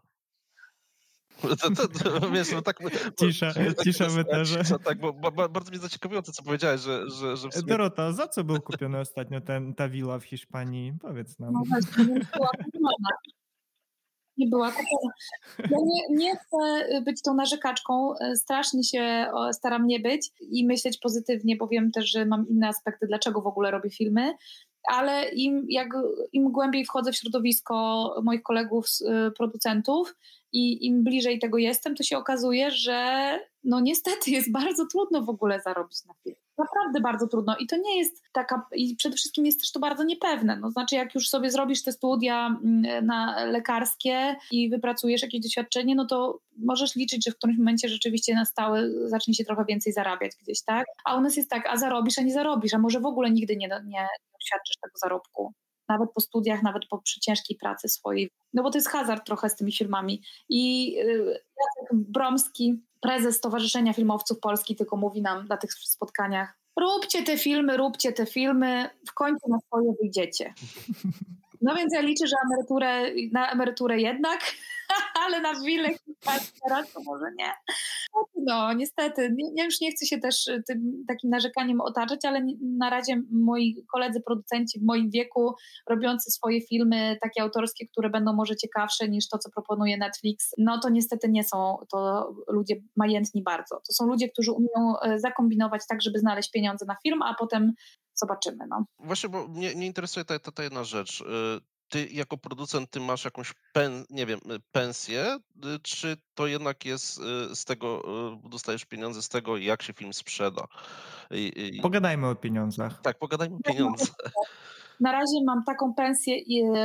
To, to, to, wiesz, no tak, cisza, tak, cisza w eterze. Tak, bo ba, bardzo mnie zaciekawiło to, co powiedziałeś, że, że, że w sumie... Dorota, za co był kupiony ostatnio ten, ta willa w Hiszpanii? Powiedz nam. No właśnie, nie była kupiona. Nie była kupiona. Ja nie, nie chcę być tą narzekaczką, strasznie się staram nie być i myśleć pozytywnie, bo wiem też, że mam inne aspekty, dlaczego w ogóle robię filmy, ale im, jak, im głębiej wchodzę w środowisko moich kolegów, producentów i im bliżej tego jestem, to się okazuje, że no niestety jest bardzo trudno w ogóle zarobić na film. Naprawdę bardzo trudno i to nie jest taka, i przede wszystkim jest też to bardzo niepewne. No znaczy jak już sobie zrobisz te studia na lekarskie i wypracujesz jakieś doświadczenie, no to możesz liczyć, że w którymś momencie rzeczywiście na stałe zacznie się trochę więcej zarabiać gdzieś, tak? A u nas jest tak, a zarobisz, a nie zarobisz, a może w ogóle nigdy nie, nie doświadczysz tego zarobku. Nawet po studiach, nawet po przy ciężkiej pracy swojej. No bo to jest hazard trochę z tymi filmami. I Jacek Bromski, prezes Stowarzyszenia Filmowców Polski, tylko mówi nam na tych spotkaniach: róbcie te filmy, róbcie te filmy, w końcu na swoje wyjdziecie. No więc ja liczę, że emeryturę, na emeryturę jednak, ale na willę teraz to może nie. No niestety, ja już nie chcę się też tym takim narzekaniem otaczać, ale na razie moi koledzy producenci w moim wieku, robiący swoje filmy takie autorskie, które będą może ciekawsze niż to, co proponuje Netflix, no to niestety nie są to ludzie majętni bardzo. To są ludzie, którzy umieją zakombinować tak, żeby znaleźć pieniądze na film, a potem zobaczymy. No. Właśnie, bo mnie, mnie interesuje ta, ta, ta jedna rzecz. Ty jako producent, ty masz jakąś, pen, nie wiem, pensję, czy to jednak jest z tego, dostajesz pieniądze z tego, jak się film sprzeda? I, i... Pogadajmy o pieniądzach. Tak, pogadajmy o pieniądzach. Na razie mam taką pensję,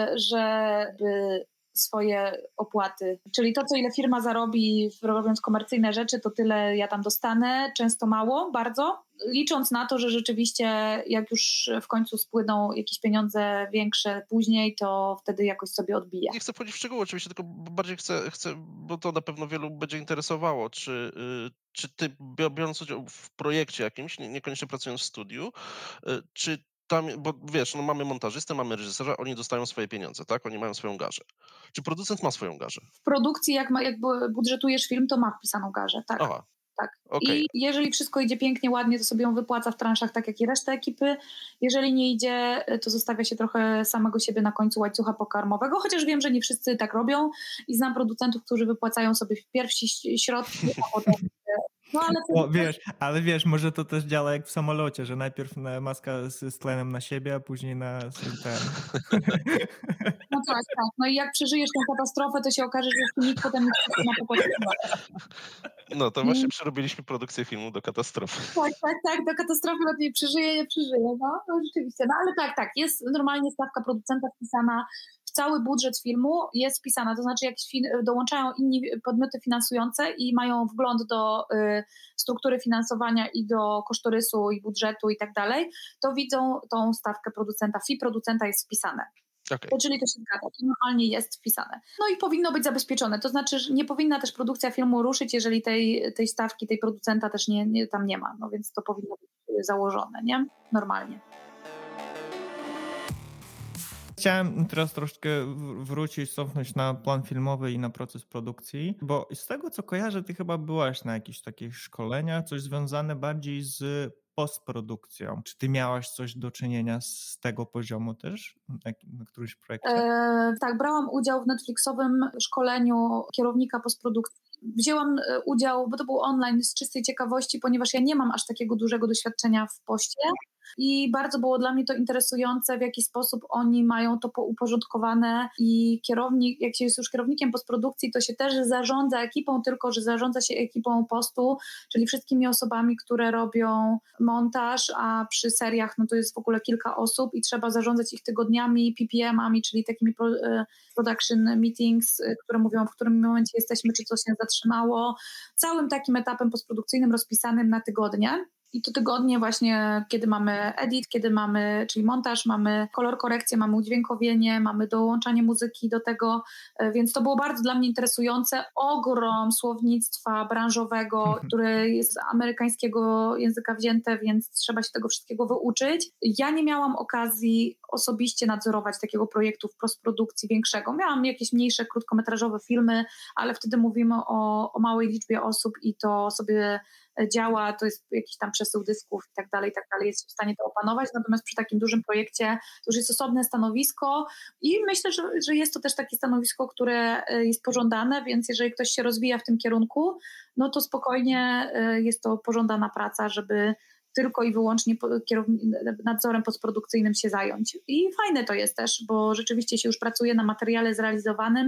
żeby swoje opłaty, czyli to, co ile firma zarobi robiąc komercyjne rzeczy, to tyle ja tam dostanę, często mało, bardzo, licząc na to, że rzeczywiście jak już w końcu spłyną jakieś pieniądze większe później, to wtedy jakoś sobie odbiję. Nie chcę wchodzić w szczegóły oczywiście, tylko bardziej chcę, chcę, bo to na pewno wielu będzie interesowało, czy, czy ty biorąc udział w projekcie jakimś, niekoniecznie pracując w studiu, czy tam, bo wiesz, no mamy montażystę, mamy reżysera, oni dostają swoje pieniądze, tak? Oni mają swoją garzę. Czy producent ma swoją garzę? W produkcji, jak, ma, jak budżetujesz film, to ma wpisaną garzę, tak. Aha. Tak. Okay. I jeżeli wszystko idzie pięknie, ładnie, to sobie ją wypłaca w transzach, tak jak i reszta ekipy. Jeżeli nie idzie, to zostawia się trochę samego siebie na końcu łańcucha pokarmowego, chociaż wiem, że nie wszyscy tak robią i znam producentów, którzy wypłacają sobie w pierwsi środki, a potem... No, ale, to... o, wiesz, ale wiesz, może to też działa jak w samolocie, że najpierw maska z, z tlenem na siebie, a później na ten. No tak, tak. No i jak przeżyjesz tę katastrofę, to się okaże, że nikt potem nie chce na pokładzie. No to właśnie przerobiliśmy produkcję filmu do katastrofy. Tak, tak, tak, do katastrofy lepiej przeżyje, nie przeżyje, no, no rzeczywiście. No ale tak, tak, jest normalnie stawka producenta wpisana w cały budżet filmu, jest wpisana, to znaczy jak dołączają inni podmioty finansujące i mają wgląd do y, struktury finansowania i do kosztorysu i budżetu i tak dalej, to widzą tą stawkę producenta, fee producenta jest wpisane. Okay. Czyli to się zgadza, to normalnie jest wpisane. No i powinno być zabezpieczone, to znaczy, że nie powinna też produkcja filmu ruszyć, jeżeli tej, tej stawki, tej producenta też nie, nie, tam nie ma, no więc to powinno być założone, nie? Normalnie. Chciałem teraz troszkę wrócić, cofnąć na plan filmowy i na proces produkcji, bo z tego, co kojarzę, ty chyba byłaś na jakichś takich szkoleniach, coś związane bardziej z postprodukcją. Czy ty miałaś coś do czynienia z tego poziomu też na, na którymś projekcie? E, tak, brałam udział w Netflixowym szkoleniu kierownika postprodukcji. Wzięłam udział, bo to był online z czystej ciekawości, ponieważ ja nie mam aż takiego dużego doświadczenia w poście. I bardzo było dla mnie to interesujące, w jaki sposób oni mają to uporządkowane i kierownik, jak się jest już kierownikiem postprodukcji, to się też zarządza ekipą, tylko że zarządza się ekipą postu, czyli wszystkimi osobami, które robią montaż, a przy seriach no to jest w ogóle kilka osób i trzeba zarządzać ich tygodniami, P P M-ami, czyli takimi production meetings, które mówią, w którym momencie jesteśmy, czy coś się zatrzymało, całym takim etapem postprodukcyjnym rozpisanym na tygodnie. I to tygodnie właśnie, kiedy mamy edit, kiedy mamy, czyli montaż, mamy kolor korekcję, mamy udźwiękowienie, mamy dołączanie muzyki do tego, więc to było bardzo dla mnie interesujące. Ogrom słownictwa branżowego, które jest z amerykańskiego języka wzięte, więc trzeba się tego wszystkiego wyuczyć. Ja nie miałam okazji osobiście nadzorować takiego projektu w postprodukcji większego. Miałam jakieś mniejsze, krótkometrażowe filmy, ale wtedy mówimy o, o małej liczbie osób i to sobie działa, to jest jakiś tam przesył dysków i tak dalej, i tak dalej, jest w stanie to opanować, natomiast przy takim dużym projekcie to już jest osobne stanowisko i myślę, że, że jest to też takie stanowisko, które jest pożądane, więc jeżeli ktoś się rozwija w tym kierunku, no to spokojnie jest to pożądana praca, żeby tylko i wyłącznie nadzorem postprodukcyjnym się zająć. I fajne to jest też, bo rzeczywiście się już pracuje na materiale zrealizowanym,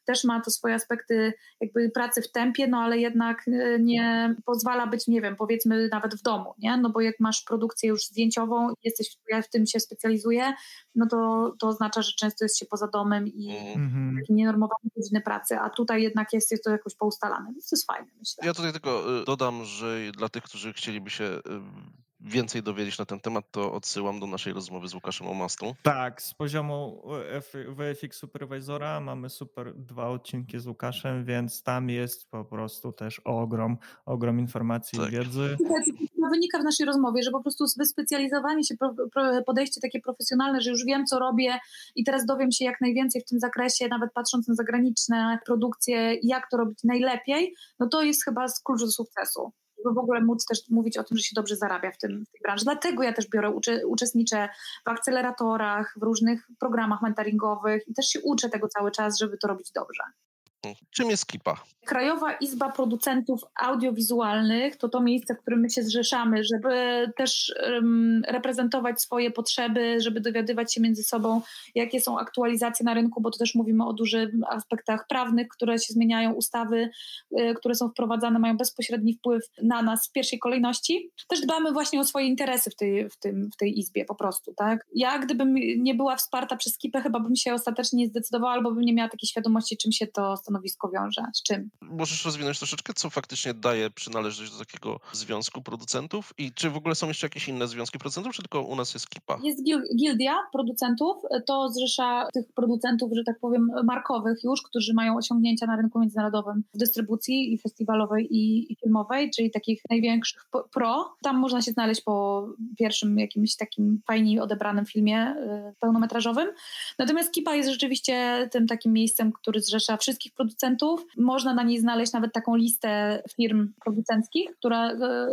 też ma to swoje aspekty jakby pracy w tempie, no ale jednak nie pozwala być, nie wiem, powiedzmy nawet w domu, nie? No bo jak masz produkcję już zdjęciową, jesteś, ja w tym się specjalizuję, no to, to oznacza, że często jest się poza domem i Mhm. takie nienormowane godziny pracy, a tutaj jednak jest, jest to jakoś poustalane, więc to jest fajne, myślę. Ja tutaj tylko y, dodam, że dla tych, którzy chcieliby się y, więcej dowiedzieć na ten temat, to odsyłam do naszej rozmowy z Łukaszem Omastą. Tak, z poziomu V F X Supervisora mamy super dwa odcinki z Łukaszem, więc tam jest po prostu też ogrom, ogrom informacji Tak. i wiedzy. To wynika w naszej rozmowie, że po prostu wyspecjalizowanie się, podejście takie profesjonalne, że już wiem, co robię i teraz dowiem się jak najwięcej w tym zakresie, nawet patrząc na zagraniczne produkcje, jak to robić najlepiej, no to jest chyba klucz do sukcesu. Żeby w ogóle móc też mówić o tym, że się dobrze zarabia w, tym, w tej branży. Dlatego ja też biorę, uczy, uczestniczę w akceleratorach, w różnych programach mentoringowych i też się uczę tego cały czas, żeby to robić dobrze. Czym jest Kipa? Krajowa Izba Producentów Audiowizualnych to to miejsce, w którym my się zrzeszamy, żeby też um, reprezentować swoje potrzeby, żeby dowiadywać się między sobą, jakie są aktualizacje na rynku, bo tu też mówimy o dużych aspektach prawnych, które się zmieniają, ustawy, y, które są wprowadzane, mają bezpośredni wpływ na nas w pierwszej kolejności. Też dbamy właśnie o swoje interesy w tej, w tym, w tej izbie po prostu, tak? Ja gdybym nie była wsparta przez Kipę, chyba bym się ostatecznie nie zdecydowała, albo bym nie miała takiej świadomości, czym się to stanowisko wiąże, z czym. Możesz rozwinąć troszeczkę, co faktycznie daje przynależność do takiego związku producentów i czy w ogóle są jeszcze jakieś inne związki producentów, czy tylko u nas jest Kipa? Jest gildia producentów, to zrzesza tych producentów, że tak powiem, markowych już, którzy mają osiągnięcia na rynku międzynarodowym w dystrybucji i festiwalowej i, i filmowej, czyli takich największych pro. Tam można się znaleźć po pierwszym jakimś takim fajnie odebranym filmie y, pełnometrażowym. Natomiast Kipa jest rzeczywiście tym takim miejscem, który zrzesza wszystkich producentów. Można na niej znaleźć nawet taką listę firm producenckich, która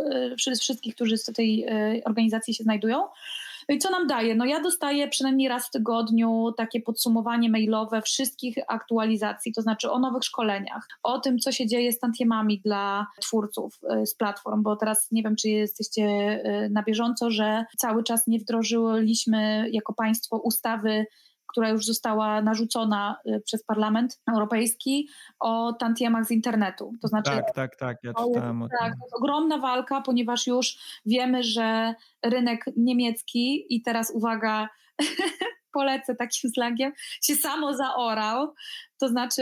y, wszystkich, którzy z tej y, organizacji się znajdują. No i co nam daje? No ja dostaję przynajmniej raz w tygodniu takie podsumowanie mailowe wszystkich aktualizacji, to znaczy o nowych szkoleniach, o tym, co się dzieje z tantiemami dla twórców z platform, bo teraz nie wiem, czy jesteście na bieżąco, że cały czas nie wdrożyliśmy jako państwo ustawy, która już została narzucona przez Parlament Europejski o tantiemach z internetu. To znaczy, tak, tak, tak, ja czytałem o tym. Tak, to jest ogromna walka, ponieważ już wiemy, że rynek niemiecki i teraz uwaga, polecę takim slangiem, się samo zaorał. To znaczy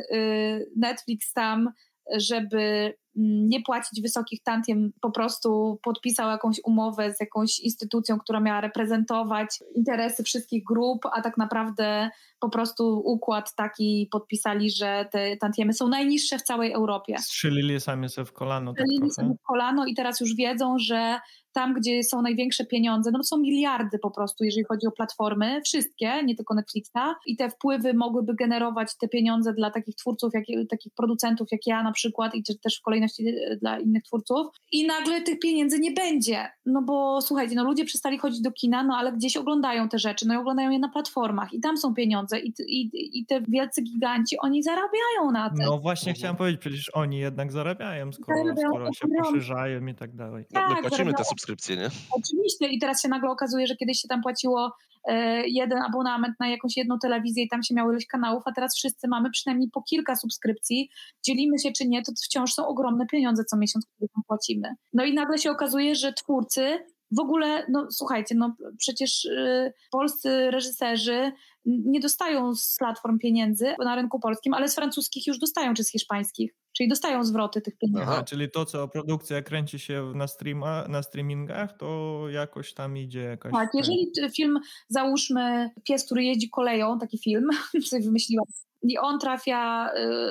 Netflix tam, żeby nie płacić wysokich tantiem, po prostu podpisał jakąś umowę z jakąś instytucją, która miała reprezentować interesy wszystkich grup, a tak naprawdę po prostu układ taki podpisali, że te tantiemy są najniższe w całej Europie. Strzelili sami sobie w kolano. Strzelili tak sobie w kolano i teraz już wiedzą, że tam, gdzie są największe pieniądze, no to są miliardy po prostu, jeżeli chodzi o platformy, wszystkie, nie tylko Netflixa, i te wpływy mogłyby generować te pieniądze dla takich twórców, jak, takich producentów jak ja na przykład i też w kolejności dla innych twórców i nagle tych pieniędzy nie będzie, no bo słuchajcie, no ludzie przestali chodzić do kina, no ale gdzieś oglądają te rzeczy, no i oglądają je na platformach i tam są pieniądze i, i, i te wielcy giganci, oni zarabiają na tym. No właśnie mhm. chciałem powiedzieć, przecież oni jednak zarabiają, skoro, zarabiają, skoro się poszerzają i tak dalej. No, tak, my płacimy zarabiają. te subskrypcje, nie? Oczywiście i teraz się nagle okazuje, że kiedyś się tam płaciło e, jeden abonament na jakąś jedną telewizję i tam się miało ileś kanałów, a teraz wszyscy mamy przynajmniej po kilka subskrypcji, dzielimy się czy nie, to wciąż są ogromne pieniądze co miesiąc, które tam płacimy. No i nagle się okazuje, że twórcy w ogóle, no słuchajcie, no przecież y, polscy reżyserzy nie dostają z platform pieniędzy na rynku polskim, ale z francuskich już dostają, czy z hiszpańskich. Czyli dostają zwroty tych pieniędzy. Aha, czyli to, co produkcja kręci się na, streama, na streamingach, to jakoś tam idzie jakaś... Tak, jeżeli film, załóżmy Pies, który jeździ koleją, taki film, sobie wymyśliłam, i on trafia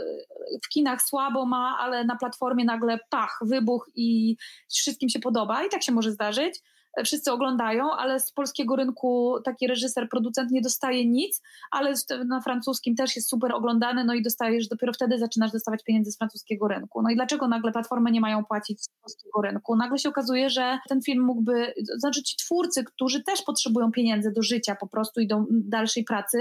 w kinach, słabo ma, ale na platformie nagle pach, wybuch i wszystkim się podoba i tak się może zdarzyć. Wszyscy oglądają, ale z polskiego rynku taki reżyser, producent nie dostaje nic, ale na francuskim też jest super oglądany, no i dostajesz, dopiero wtedy zaczynasz dostawać pieniędzy z francuskiego rynku. No i dlaczego nagle platformy nie mają płacić z polskiego rynku? Nagle się okazuje, że ten film mógłby, znaczy ci twórcy, którzy też potrzebują pieniędzy do życia po prostu i do dalszej pracy,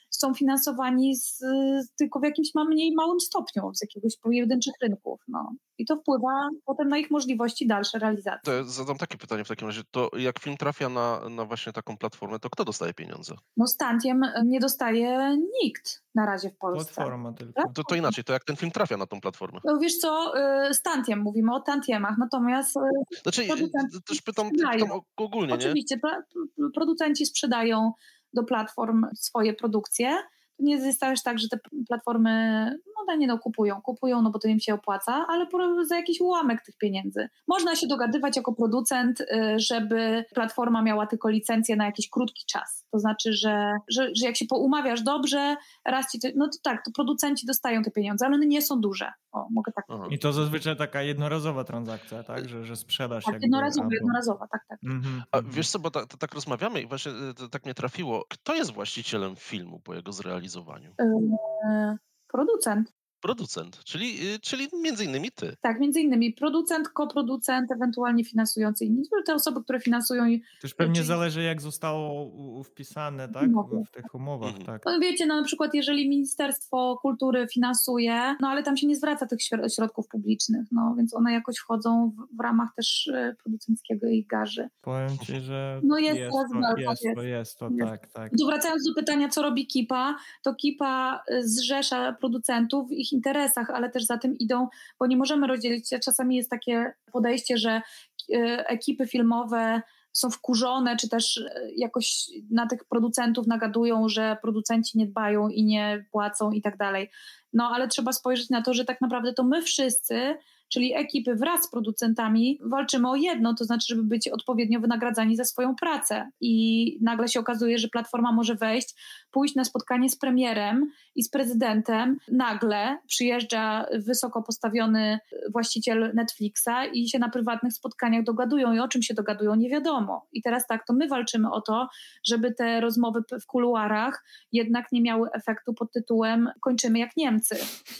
są finansowani z, z, tylko w jakimś mniej małym stopniu, z jakiegoś pojedynczych rynków. No. I to wpływa potem na ich możliwości dalszej realizacji. To ja zadam takie pytanie w takim razie. To jak film trafia na, na właśnie taką platformę, to kto dostaje pieniądze? No z Tantiem nie dostaje nikt na razie w Polsce. Platforma tylko. To, to inaczej, to jak ten film trafia na tą platformę? No wiesz co, z Tantiem mówimy o Tantiemach, natomiast Znaczy, też pytam, pytam ogólnie, nie? Oczywiście, producenci sprzedają do platform swoje produkcje. Nie jest też tak, że te platformy no nie no, kupują, kupują, no bo to im się opłaca, ale za jakiś ułamek tych pieniędzy. Można się dogadywać jako producent, żeby platforma miała tylko licencję na jakiś krótki czas. To znaczy, że, że, że jak się poumawiasz dobrze, raz ci to, no to tak, to producenci dostają te pieniądze, ale one nie są duże. O, mogę tak powiedzieć. I to zazwyczaj taka jednorazowa transakcja, tak? Że, że sprzedasz tak, jakby... jednorazowa, albo... jednorazowa, tak, tak. Mm-hmm. A wiesz co, bo tak, to tak rozmawiamy i właśnie to tak mnie trafiło. Kto jest właścicielem filmu po jego zrealizowaniu? Yy, producent. Producent, czyli, czyli między innymi ty. Tak, między innymi producent, koproducent, ewentualnie finansujący inni. Te osoby, które finansują... Też pewnie czyli... zależy, jak zostało wpisane, tak? Umowy. W tych umowach, mhm. tak. No wiecie, no na przykład jeżeli Ministerstwo Kultury finansuje, no ale tam się nie zwraca tych środków publicznych, no więc one jakoś wchodzą w, w ramach też producenckiego i garzy. Powiem ci, że no jest, jest, to, jest, jest, to, jest to, jest. tak, tak. Tu wracając do pytania, co robi Kipa, to Kipa zrzesza producentów w ich interesach, ale też za tym idą, bo nie możemy rozdzielić, czasami jest takie podejście, że ekipy filmowe są wkurzone, czy też jakoś na tych producentów nagadują, że producenci nie dbają i nie płacą i tak dalej. No ale trzeba spojrzeć na to, że tak naprawdę to my wszyscy, czyli ekipy wraz z producentami, walczymy o jedno, to znaczy, żeby być odpowiednio wynagradzani za swoją pracę. I nagle się okazuje, że platforma może wejść, pójść na spotkanie z premierem i z prezydentem. Nagle przyjeżdża wysoko postawiony właściciel Netflixa i się na prywatnych spotkaniach dogadują. I o czym się dogadują, nie wiadomo. I teraz tak, to my walczymy o to, żeby te rozmowy w kuluarach jednak nie miały efektu pod tytułem kończymy jak Niemcy.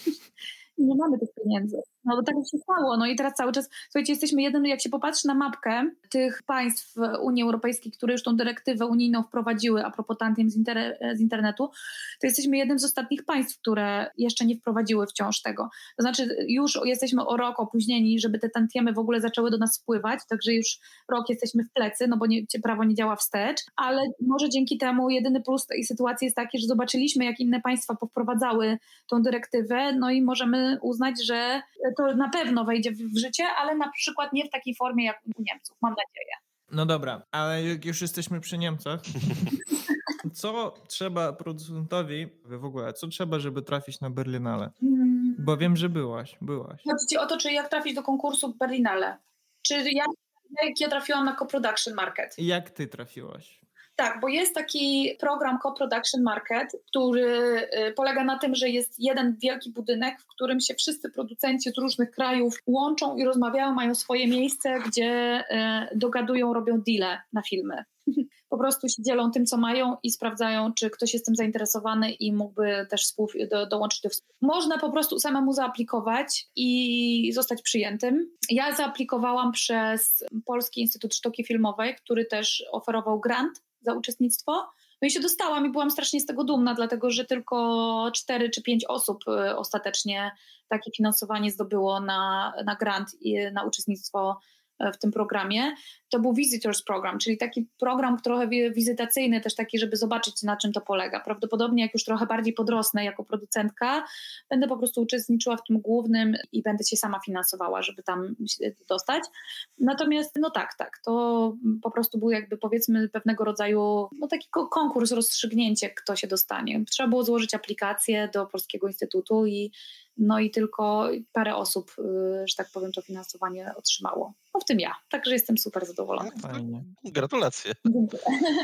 Nie mamy tych pieniędzy. No bo tak się stało. No i teraz cały czas, słuchajcie, jesteśmy jednym, jak się popatrzy na mapkę tych państw Unii Europejskiej, które już tą dyrektywę unijną wprowadziły a propos tantiem z, inter- z internetu, to jesteśmy jednym z ostatnich państw, które jeszcze nie wprowadziły wciąż tego. To znaczy już jesteśmy o rok opóźnieni, żeby te tantiemy w ogóle zaczęły do nas wpływać, także już rok jesteśmy w plecy, no bo nie, prawo nie działa wstecz, ale może dzięki temu jedyny plus tej sytuacji jest taki, że zobaczyliśmy, jak inne państwa powprowadzały tą dyrektywę, no i możemy uznać, że to na pewno wejdzie w życie, ale na przykład nie w takiej formie jak u Niemców, mam nadzieję. No dobra, ale jak już jesteśmy przy Niemcach, co trzeba producentowi, w ogóle, co trzeba, żeby trafić na Berlinale? Hmm. Bo wiem, że byłaś, byłaś. Chodzi ci o to, czy jak trafić do konkursu Berlinale? Czy jak, jak ja trafiłam na Co-Production Market? Jak ty trafiłaś? Tak, bo jest taki program Co-Production Market, który polega na tym, że jest jeden wielki budynek, w którym się wszyscy producenci z różnych krajów łączą i rozmawiają, mają swoje miejsce, gdzie dogadują, robią deale na filmy. Po prostu się dzielą tym, co mają i sprawdzają, czy ktoś jest tym zainteresowany i mógłby też współ, do, dołączyć do współpracy. Można po prostu samemu zaaplikować i zostać przyjętym. Ja zaaplikowałam przez Polski Instytut Sztuki Filmowej, który też oferował grant za uczestnictwo. No i się dostałam i byłam strasznie z tego dumna, dlatego że tylko cztery czy pięć osób ostatecznie takie finansowanie zdobyło na, na grant i na uczestnictwo w tym programie. To był Visitors Program, czyli taki program trochę wizytacyjny, też taki, żeby zobaczyć, na czym to polega. Prawdopodobnie jak już trochę bardziej podrosnę jako producentka, będę po prostu uczestniczyła w tym głównym i będę się sama finansowała, żeby tam się dostać. Natomiast no tak, tak, to po prostu był jakby powiedzmy pewnego rodzaju no taki konkurs, rozstrzygnięcie, kto się dostanie. Trzeba było złożyć aplikację do Polskiego Instytutu i no i tylko parę osób, że tak powiem, to finansowanie otrzymało. No w tym ja. Także jestem super zadowolona. Fajnie. Gratulacje. Dziękuję.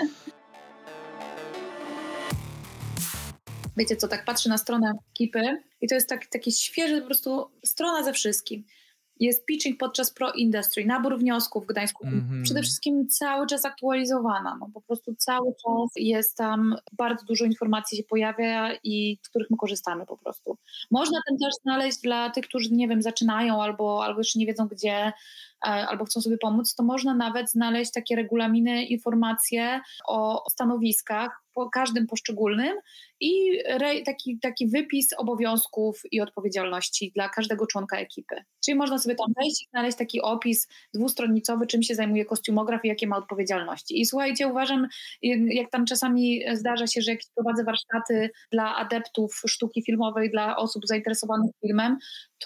Wiecie co, tak patrzę na stronę ekipy i to jest tak, taki świeży po prostu strona ze wszystkim. Jest pitching podczas Pro Industry, nabór wniosków w Gdańsku. Mm-hmm. Przede wszystkim cały czas aktualizowana. No, po prostu cały czas jest tam bardzo dużo informacji się pojawia i z których my korzystamy po prostu. Można ten też znaleźć dla tych, którzy nie wiem, zaczynają albo, albo jeszcze nie wiedzą gdzie, albo chcą sobie pomóc, to można nawet znaleźć takie regulaminy, informacje o stanowiskach po każdym poszczególnym i re, taki, taki wypis obowiązków i odpowiedzialności dla każdego członka ekipy. Czyli można sobie tam wejść i znaleźć taki opis dwustronicowy, czym się zajmuje kostiumograf i jakie ma odpowiedzialności. I słuchajcie, uważam, jak tam czasami zdarza się, że jak prowadzę warsztaty dla adeptów sztuki filmowej, dla osób zainteresowanych filmem,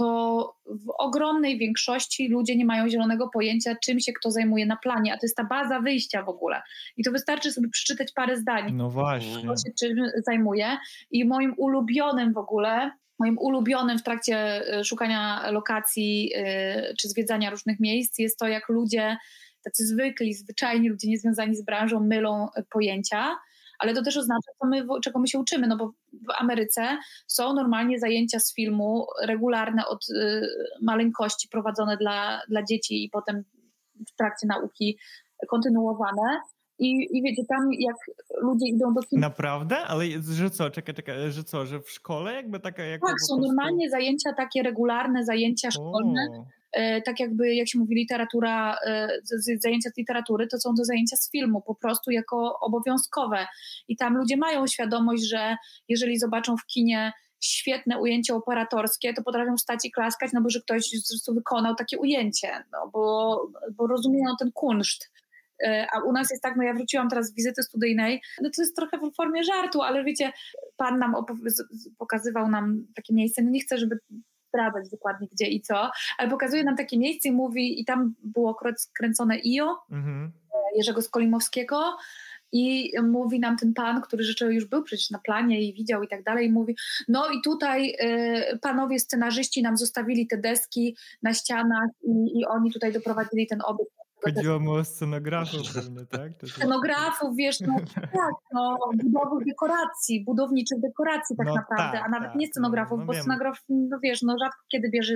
to w ogromnej większości ludzie nie mają zielonego pojęcia, czym się kto zajmuje na planie, a to jest ta baza wyjścia w ogóle. I to wystarczy sobie przeczytać parę zdań, No właśnie. kto się czym zajmuje. I moim ulubionym w ogóle, moim ulubionym w trakcie szukania lokacji czy zwiedzania różnych miejsc jest to, jak ludzie, tacy zwykli, zwyczajni ludzie niezwiązani z branżą mylą pojęcia. Ale to też oznacza, co my, czego my się uczymy, no bo w Ameryce są normalnie zajęcia z filmu regularne od y, maleńkości prowadzone dla, dla dzieci i potem w trakcie nauki kontynuowane. I, I wiecie, tam jak ludzie idą do kina... Naprawdę? Ale że co? Czekaj, czekaj, że co? Że w szkole jakby taka... Jak tak, są prostu... normalnie zajęcia takie regularne, zajęcia szkolne. O. Tak jakby, jak się mówi, literatura, zajęcia z literatury, to są to zajęcia z filmu, po prostu jako obowiązkowe. I tam ludzie mają świadomość, że jeżeli zobaczą w kinie świetne ujęcie operatorskie, to potrafią stać i klaskać, no bo że ktoś po prostu wykonał takie ujęcie, no bo, bo rozumieją ten kunszt. A u nas jest tak, no ja wróciłam teraz z wizyty studyjnej, no to jest trochę w formie żartu, ale wiecie, pan nam opow- pokazywał nam takie miejsce, no nie chcę, żeby zdradzać dokładnie gdzie i co, ale pokazuje nam takie miejsce i mówi, i tam było kręcone I O, mhm. Jerzego Skolimowskiego, i mówi nam ten pan, który rzeczywiście już był przecież na planie i widział i tak dalej, i mówi, no i tutaj y, panowie scenarzyści nam zostawili te deski na ścianach i, i oni tutaj doprowadzili ten obiekt. Chodziło mu o scenografów pewnie, tak? To scenografów, wiesz, no tak, no, budowych dekoracji, budowniczych dekoracji tak no naprawdę, tak, a nawet tak, nie scenografów, no, no bo wiem. scenograf, no wiesz, no rzadko kiedy bierze,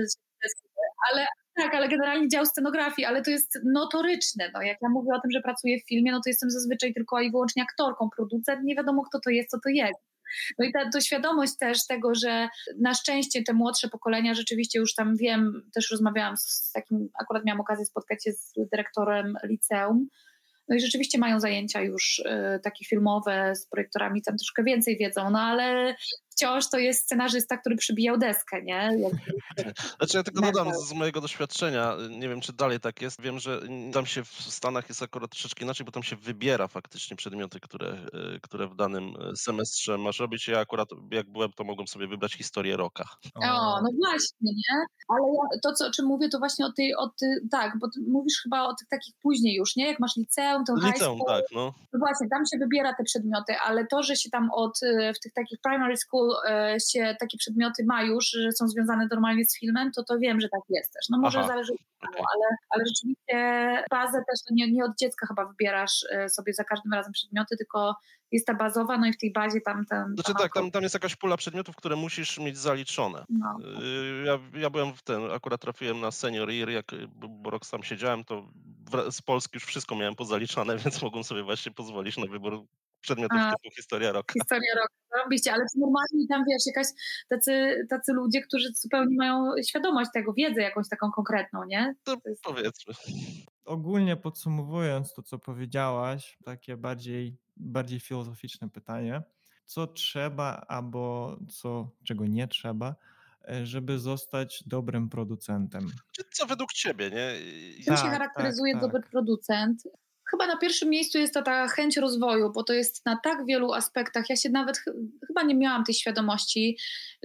ale tak, ale generalnie dział scenografii, ale to jest notoryczne, no jak ja mówię o tym, że pracuję w filmie, no to jestem zazwyczaj tylko i wyłącznie aktorką, producent, nie wiadomo kto to jest, co to jest. No i ta to świadomość też tego, że na szczęście te młodsze pokolenia rzeczywiście już tam wiem, też rozmawiałam z takim, akurat miałam okazję spotkać się z dyrektorem liceum, no i rzeczywiście mają zajęcia już y, takie filmowe z projektorami, tam troszkę więcej wiedzą, no ale wciąż to jest scenarzysta, który przybijał deskę, nie? Znaczy ja tylko dodam z mojego doświadczenia, nie wiem czy dalej tak jest, wiem, że tam się w Stanach jest akurat troszeczkę inaczej, bo tam się wybiera faktycznie przedmioty, które, które w danym semestrze masz robić. Ja akurat jak byłem, to mogłem sobie wybrać historię rocka. O, no właśnie, nie? Ale ja, to, co, o czym mówię, to właśnie o tej, o ty, tak, bo ty mówisz chyba o tych takich później już, nie? Jak masz liceum, to high liceum, school. tak, no. No właśnie, tam się wybiera te przedmioty, ale to, że się tam od, w tych takich primary school się takie przedmioty ma już, że są związane normalnie z filmem, to to wiem, że tak jest też. No może Aha. zależy od tego, okay. ale, ale rzeczywiście bazę też nie, nie od dziecka chyba wybierasz sobie za każdym razem przedmioty, tylko jest ta bazowa, no i w tej bazie tam... tam znaczy tak, tam, tam jest jakaś pula przedmiotów, które musisz mieć zaliczone. No. Ja, ja byłem w ten, akurat trafiłem na senior year, jak bo rok sam siedziałem, to z Polski już wszystko miałem pozaliczane, więc mogłem sobie właśnie pozwolić na wybór przedmiotów A, typu historia roka. Historia roka, robiście, ale normalnie tam wiesz, jakaś tacy, tacy ludzie, którzy zupełnie mają świadomość tego, wiedzę jakąś taką konkretną, nie? To, to jest... powiedzmy. Ogólnie podsumowując to, co powiedziałaś, takie bardziej, bardziej filozoficzne pytanie, co trzeba albo co, czego nie trzeba, żeby zostać dobrym producentem? Co według ciebie, nie? Czym tak, się charakteryzuje tak, dobry tak. producent? Chyba na pierwszym miejscu jest to ta chęć rozwoju, bo to jest na tak wielu aspektach. Ja się nawet ch- chyba nie miałam tej świadomości,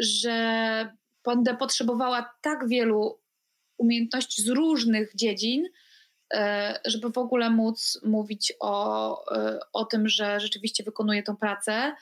że będę potrzebowała tak wielu umiejętności z różnych dziedzin, żeby w ogóle móc mówić o, o tym, że rzeczywiście wykonuję tą pracę.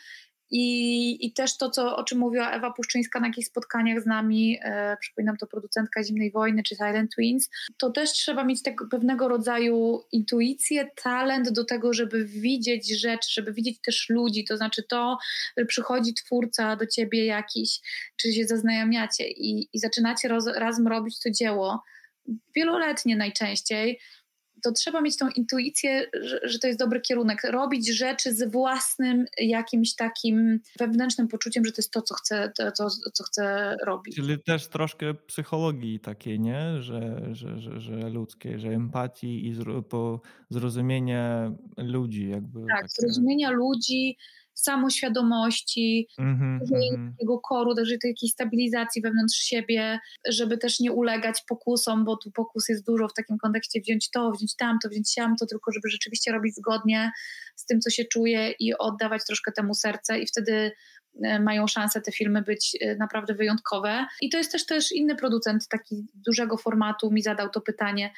I, I też to, co, o czym mówiła Ewa Puszczyńska na jakichś spotkaniach z nami, e, przypominam to producentka Zimnej Wojny czy Silent Twins, to też trzeba mieć tego, pewnego rodzaju intuicję, talent do tego, żeby widzieć rzeczy, żeby widzieć też ludzi, to znaczy to, że przychodzi twórca do ciebie jakiś, czy się zaznajamiacie i, i zaczynacie roz, razem robić to dzieło, wieloletnie najczęściej, to trzeba mieć tą intuicję, że, że to jest dobry kierunek. Robić rzeczy z własnym jakimś takim wewnętrznym poczuciem, że to jest to, co chcę, to, to, co chcę robić. Czyli też troszkę psychologii takiej, nie? Że, że, że, że ludzkiej, że empatii i zro, po zrozumienie ludzi. Jakby tak, takie... zrozumienia ludzi, samoświadomości, Mhm, dużej mhm. takiego koru, dużej takiej stabilizacji wewnątrz siebie, żeby też nie ulegać pokusom, bo tu pokus jest dużo w takim kontekście wziąć to, wziąć tamto, wziąć siamto, tylko żeby rzeczywiście robić zgodnie z tym, co się czuje i oddawać troszkę temu serce i wtedy mają szansę te filmy być naprawdę wyjątkowe. I to jest też, też inny producent taki dużego formatu mi zadał to pytanie,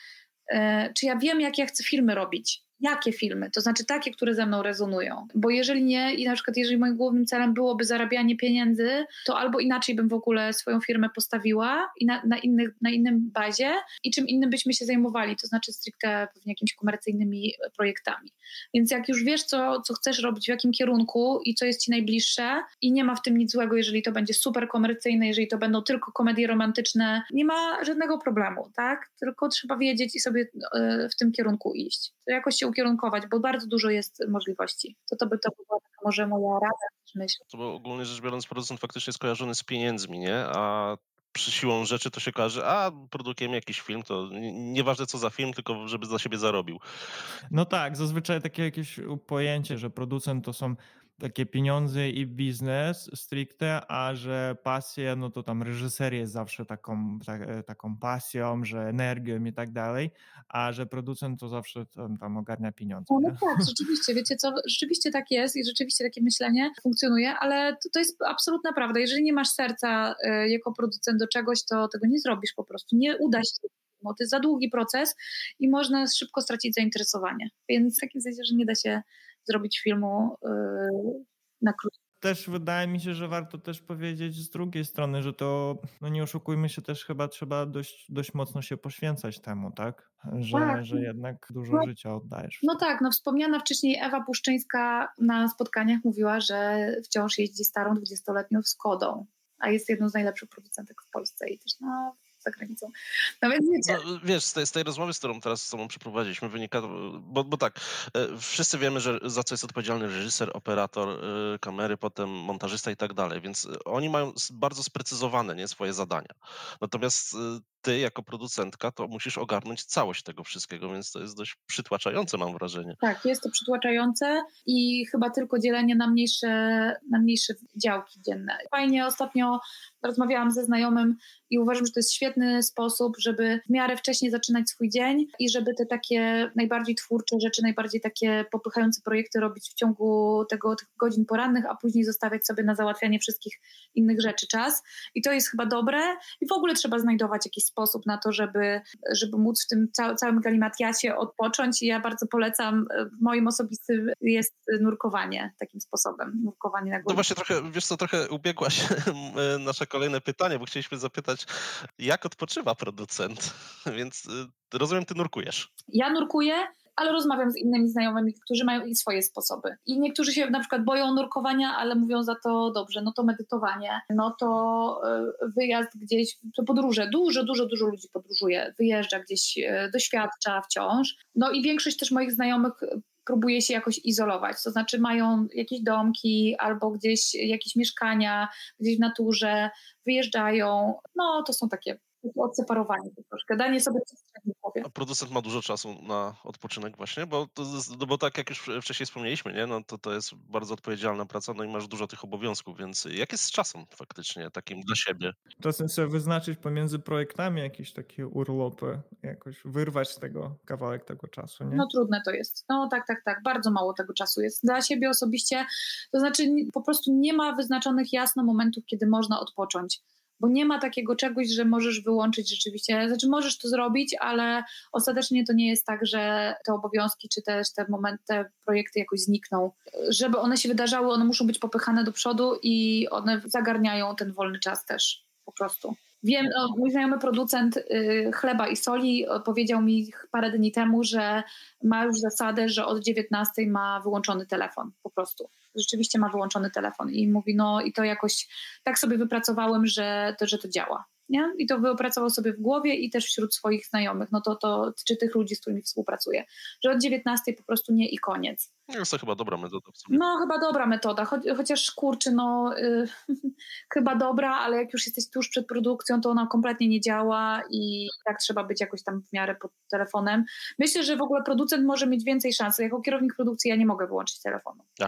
czy ja wiem, jak ja chcę filmy robić. Jakie filmy? To znaczy takie, które ze mną rezonują. Bo jeżeli nie i na przykład jeżeli moim głównym celem byłoby zarabianie pieniędzy, to albo inaczej bym w ogóle swoją firmę postawiła i na, na, innych, na innym bazie i czym innym byśmy się zajmowali, to znaczy stricte pewnie jakimiś komercyjnymi projektami. Więc jak już wiesz, co, co chcesz robić, w jakim kierunku i co jest ci najbliższe i nie ma w tym nic złego, jeżeli to będzie super komercyjne, jeżeli to będą tylko komedie romantyczne, nie ma żadnego problemu, tak? Tylko trzeba wiedzieć i sobie w tym kierunku iść. To jakoś się ukierunkować, bo bardzo dużo jest możliwości. To to by to była taka może moja rada, myśl. To bo ogólnie rzecz biorąc producent faktycznie jest kojarzony z pieniędzmi, nie? A przy siłą rzeczy to się kojarzy, a produkujemy jakiś film, to nieważne co za film, tylko żeby za siebie zarobił. No tak, zazwyczaj takie jakieś pojęcie, że producent to są takie pieniądze i biznes stricte, a że pasja, no to tam reżyser jest zawsze taką, tak, taką pasją, że energią i tak dalej, a że producent to zawsze tam, tam ogarnia pieniądze. No, no nie? tak, rzeczywiście, wiecie co, rzeczywiście tak jest i rzeczywiście takie myślenie funkcjonuje, ale to, to jest absolutna prawda. Jeżeli nie masz serca y, jako producent do czegoś, to tego nie zrobisz po prostu. Nie uda się. No, to jest za długi proces i można szybko stracić zainteresowanie. Więc w takim sensie, że nie da się zrobić filmu yy, na krótko. Też wydaje mi się, że warto też powiedzieć z drugiej strony, że to, no nie oszukujmy się, też chyba trzeba dość, dość mocno się poświęcać temu, tak? Że, tak. że jednak dużo no, życia oddajesz. No tak, no wspomniana wcześniej Ewa Puszczyńska na spotkaniach mówiła, że wciąż jeździ starą dwudziestoletnią Skodą, a jest jedną z najlepszych producentek w Polsce i też no za granicą. No więc wiecie. No, wiesz, z tej, z tej rozmowy, z którą teraz z tobą przeprowadziliśmy, wynika, bo, bo tak, wszyscy wiemy, że za co jest odpowiedzialny reżyser, operator kamery, potem montażysta i tak dalej, więc oni mają bardzo sprecyzowane, nie, swoje zadania. Natomiast ty jako producentka to musisz ogarnąć całość tego wszystkiego, więc to jest dość przytłaczające, mam wrażenie. Tak, jest to przytłaczające i chyba tylko dzielenie na mniejsze, na mniejsze działki dzienne. Fajnie ostatnio rozmawiałam ze znajomym i uważam, że to jest świetny sposób, żeby w miarę wcześnie zaczynać swój dzień i żeby te takie najbardziej twórcze rzeczy, najbardziej takie popychające projekty robić w ciągu tego, tych godzin porannych, a później zostawiać sobie na załatwianie wszystkich innych rzeczy czas. I to jest chyba dobre i w ogóle trzeba znajdować jakiś sposób na to, żeby, żeby móc w tym ca- całym galimatiacie odpocząć i ja bardzo polecam, moim osobistym jest nurkowanie takim sposobem, nurkowanie na górze. No właśnie trochę, wiesz co, trochę ubiegłaś nasze kolejne pytanie, bo chcieliśmy zapytać, jak odpoczywa producent, więc rozumiem, ty nurkujesz. Ja nurkuję, ale rozmawiam z innymi znajomymi, którzy mają i swoje sposoby. I niektórzy się na przykład boją nurkowania, ale mówią za to dobrze, no to medytowanie, no to wyjazd gdzieś, to podróże. Dużo, dużo, dużo ludzi podróżuje, wyjeżdża gdzieś, doświadcza wciąż. No i większość też moich znajomych próbuje się jakoś izolować, to znaczy mają jakieś domki albo gdzieś jakieś mieszkania, gdzieś w naturze, wyjeżdżają, no to są takie odseparowanie troszkę, danie sobie przestrzeni w głowie. A producent ma dużo czasu na odpoczynek właśnie, bo, to, no bo tak jak już wcześniej wspomnieliśmy, nie? No to, to jest bardzo odpowiedzialna praca, no i masz dużo tych obowiązków, więc jak jest z czasem faktycznie takim dla siebie? Czasem sobie wyznaczyć pomiędzy projektami jakieś takie urlopy, jakoś wyrwać z tego kawałek tego czasu, nie? No trudne to jest. No tak, tak, tak. Bardzo mało tego czasu jest. Dla siebie osobiście, to znaczy po prostu nie ma wyznaczonych jasno momentów, kiedy można odpocząć. Bo nie ma takiego czegoś, że możesz wyłączyć rzeczywiście, znaczy możesz to zrobić, ale ostatecznie to nie jest tak, że te obowiązki czy też te momenty, te projekty jakoś znikną. Żeby one się wydarzały, one muszą być popychane do przodu i one zagarniają ten wolny czas też po prostu. Wiem, no, mój znajomy producent y, chleba i soli powiedział mi parę dni temu, że ma już zasadę, że od dziewiętnastej ma wyłączony telefon po prostu. Rzeczywiście ma wyłączony telefon i mówi, no i to jakoś tak sobie wypracowałem, że to, że to działa. Nie? I to wypracował sobie w głowie i też wśród swoich znajomych, no to, to czy tych ludzi, z którymi współpracuje, że od dziewiętnastej po prostu nie i koniec. Jest to chyba dobra metoda w sumie. No chyba dobra metoda, Cho- chociaż kurczę, no yy, chyba dobra, ale jak już jesteś tuż przed produkcją, to ona kompletnie nie działa i tak trzeba być jakoś tam w miarę pod telefonem. Myślę, że w ogóle producent może mieć więcej szansy. Jako kierownik produkcji ja nie mogę wyłączyć telefonu. Aha.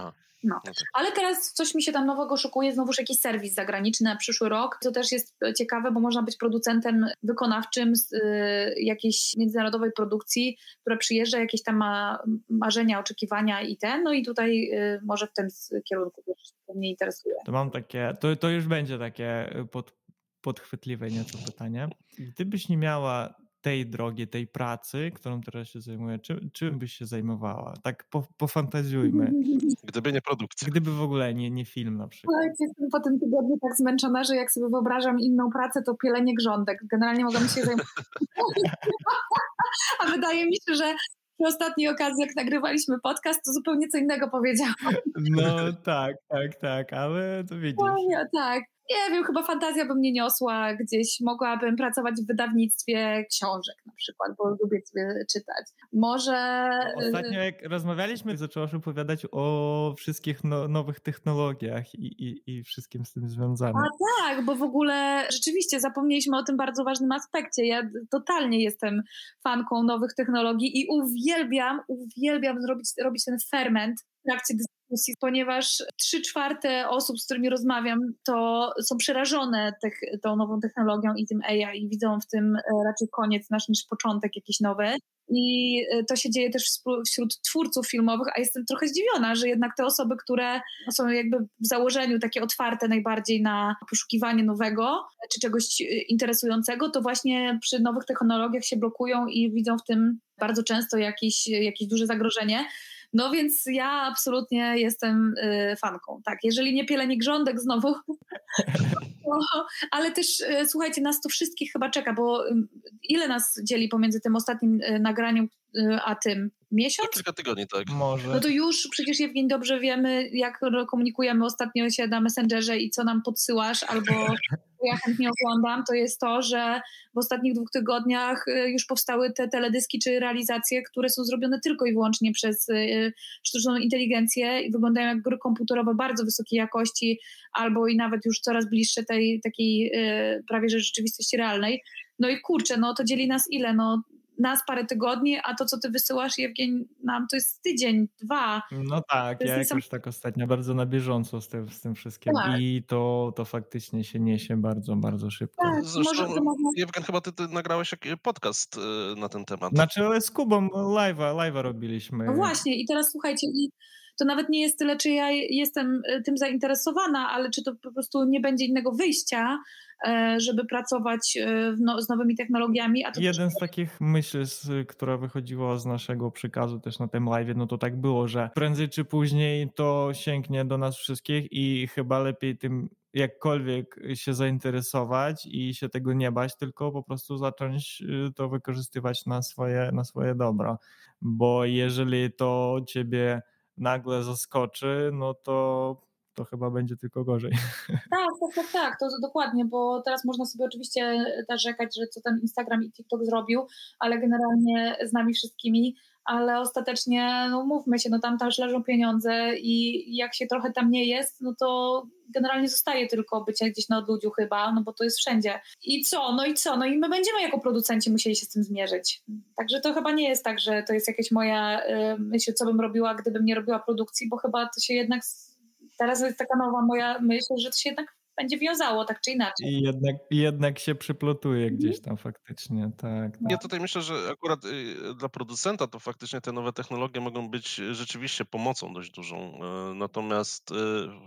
No. No tak. Ale teraz coś mi się tam nowego szykuje, znowuż jakiś serwis zagraniczny na przyszły rok. To też jest ciekawe, bo można być producentem wykonawczym z y, jakiejś międzynarodowej produkcji, która przyjeżdża, jakieś tam ma marzenia, oczekiwania i ten, no i tutaj y, może w tym kierunku też mnie interesuje. To mam takie, to, to już będzie takie pod, podchwytliwe nieco pytanie. Gdybyś nie miała tej drogi, tej pracy, którą teraz się zajmuję, czy, czym byś się zajmowała? Tak po, pofantazjujmy. Gdyby nie produkcja. Gdyby w ogóle nie, nie film na przykład. Słuchajcie, jestem po tym tygodniu tak zmęczona, że jak sobie wyobrażam inną pracę, to pielenie grządek. Generalnie mogłam się zajmować. A wydaje mi się, że przy ostatniej okazji, jak nagrywaliśmy podcast, to zupełnie co innego powiedziałam. No tak, tak, tak, ale to widzisz. No, nie, tak. Nie wiem, chyba fantazja by mnie niosła gdzieś. Mogłabym pracować w wydawnictwie książek na przykład, bo lubię sobie czytać. Może... Ostatnio jak rozmawialiśmy, zaczęłaś opowiadać o wszystkich no, nowych technologiach i, i, i wszystkim z tym związanym. A tak, bo w ogóle rzeczywiście zapomnieliśmy o tym bardzo ważnym aspekcie. Ja totalnie jestem fanką nowych technologii i uwielbiam, uwielbiam zrobić, robić ten ferment w trakcie dyskusji, ponieważ trzy czwarte osób, z którymi rozmawiam, to są przerażone tych, tą nową technologią i tym A I i widzą w tym raczej koniec nasz niż początek jakiś nowy. I to się dzieje też wśród twórców filmowych, a jestem trochę zdziwiona, że jednak te osoby, które są jakby w założeniu takie otwarte najbardziej na poszukiwanie nowego czy czegoś interesującego, to właśnie przy nowych technologiach się blokują i widzą w tym bardzo często jakieś, jakieś duże zagrożenie. No więc ja absolutnie jestem y, fanką. Tak, jeżeli nie pielenie grządek znowu, to, ale też y, słuchajcie, nas to wszystkich chyba czeka, bo y, ile nas dzieli pomiędzy tym ostatnim y, nagraniem y, a tym? Miesiąc? No, kilka tygodni, tak. Może. No to już przecież, Jewgień, dobrze wiemy, jak komunikujemy ostatnio się na Messengerze i co nam podsyłasz, albo ja chętnie oglądam, to jest to, że w ostatnich dwóch tygodniach już powstały te teledyski czy realizacje, które są zrobione tylko i wyłącznie przez sztuczną inteligencję i wyglądają jak gry komputerowe bardzo wysokiej jakości, albo i nawet już coraz bliższe tej takiej prawie że rzeczywistości realnej. No i kurczę, no to dzieli nas ile? No nas parę tygodni, a to, co ty wysyłasz, Jewgień, nam to jest tydzień, dwa. No tak, ja niesam... jakoś tak ostatnio bardzo na bieżąco z tym, z tym wszystkim tak. i to, to faktycznie się niesie bardzo, bardzo szybko. Tak, Zresztą, może, można... Jewgen, chyba ty, ty nagrałeś podcast y, na ten temat. Znaczy, ale z Kubą live'a, live'a robiliśmy. No właśnie i teraz słuchajcie, i to nawet nie jest tyle, czy ja jestem tym zainteresowana, ale czy to po prostu nie będzie innego wyjścia, żeby pracować no, z nowymi technologiami. A to Jeden też... z takich myśli, która wychodziła z naszego przekazu też na tym live, no to tak było, że prędzej czy później to sięgnie do nas wszystkich i chyba lepiej tym jakkolwiek się zainteresować i się tego nie bać, tylko po prostu zacząć to wykorzystywać na swoje, na swoje dobro. Bo jeżeli to ciebie nagle zaskoczy, no to to chyba będzie tylko gorzej. Tak, tak, tak, tak, to dokładnie, bo teraz można sobie oczywiście narzekać, że co ten Instagram i TikTok zrobił, ale generalnie z nami wszystkimi, ale ostatecznie, no mówmy się, no tam też leżą pieniądze i jak się trochę tam nie jest, no to generalnie zostaje tylko bycie gdzieś na odludziu chyba, no bo to jest wszędzie. I co? No i co? No i my będziemy jako producenci musieli się z tym zmierzyć. Także to chyba nie jest tak, że to jest jakaś moja y, myśl, co bym robiła, gdybym nie robiła produkcji, bo chyba to się jednak... Teraz jest taka nowa moja myśl, że to się jednak będzie wiązało, tak czy inaczej. I jednak, jednak się przyplotuje gdzieś tam faktycznie, tak. tak. Ja tutaj myślę, że akurat y, dla producenta to faktycznie te nowe technologie mogą być rzeczywiście pomocą dość dużą. Y, natomiast y,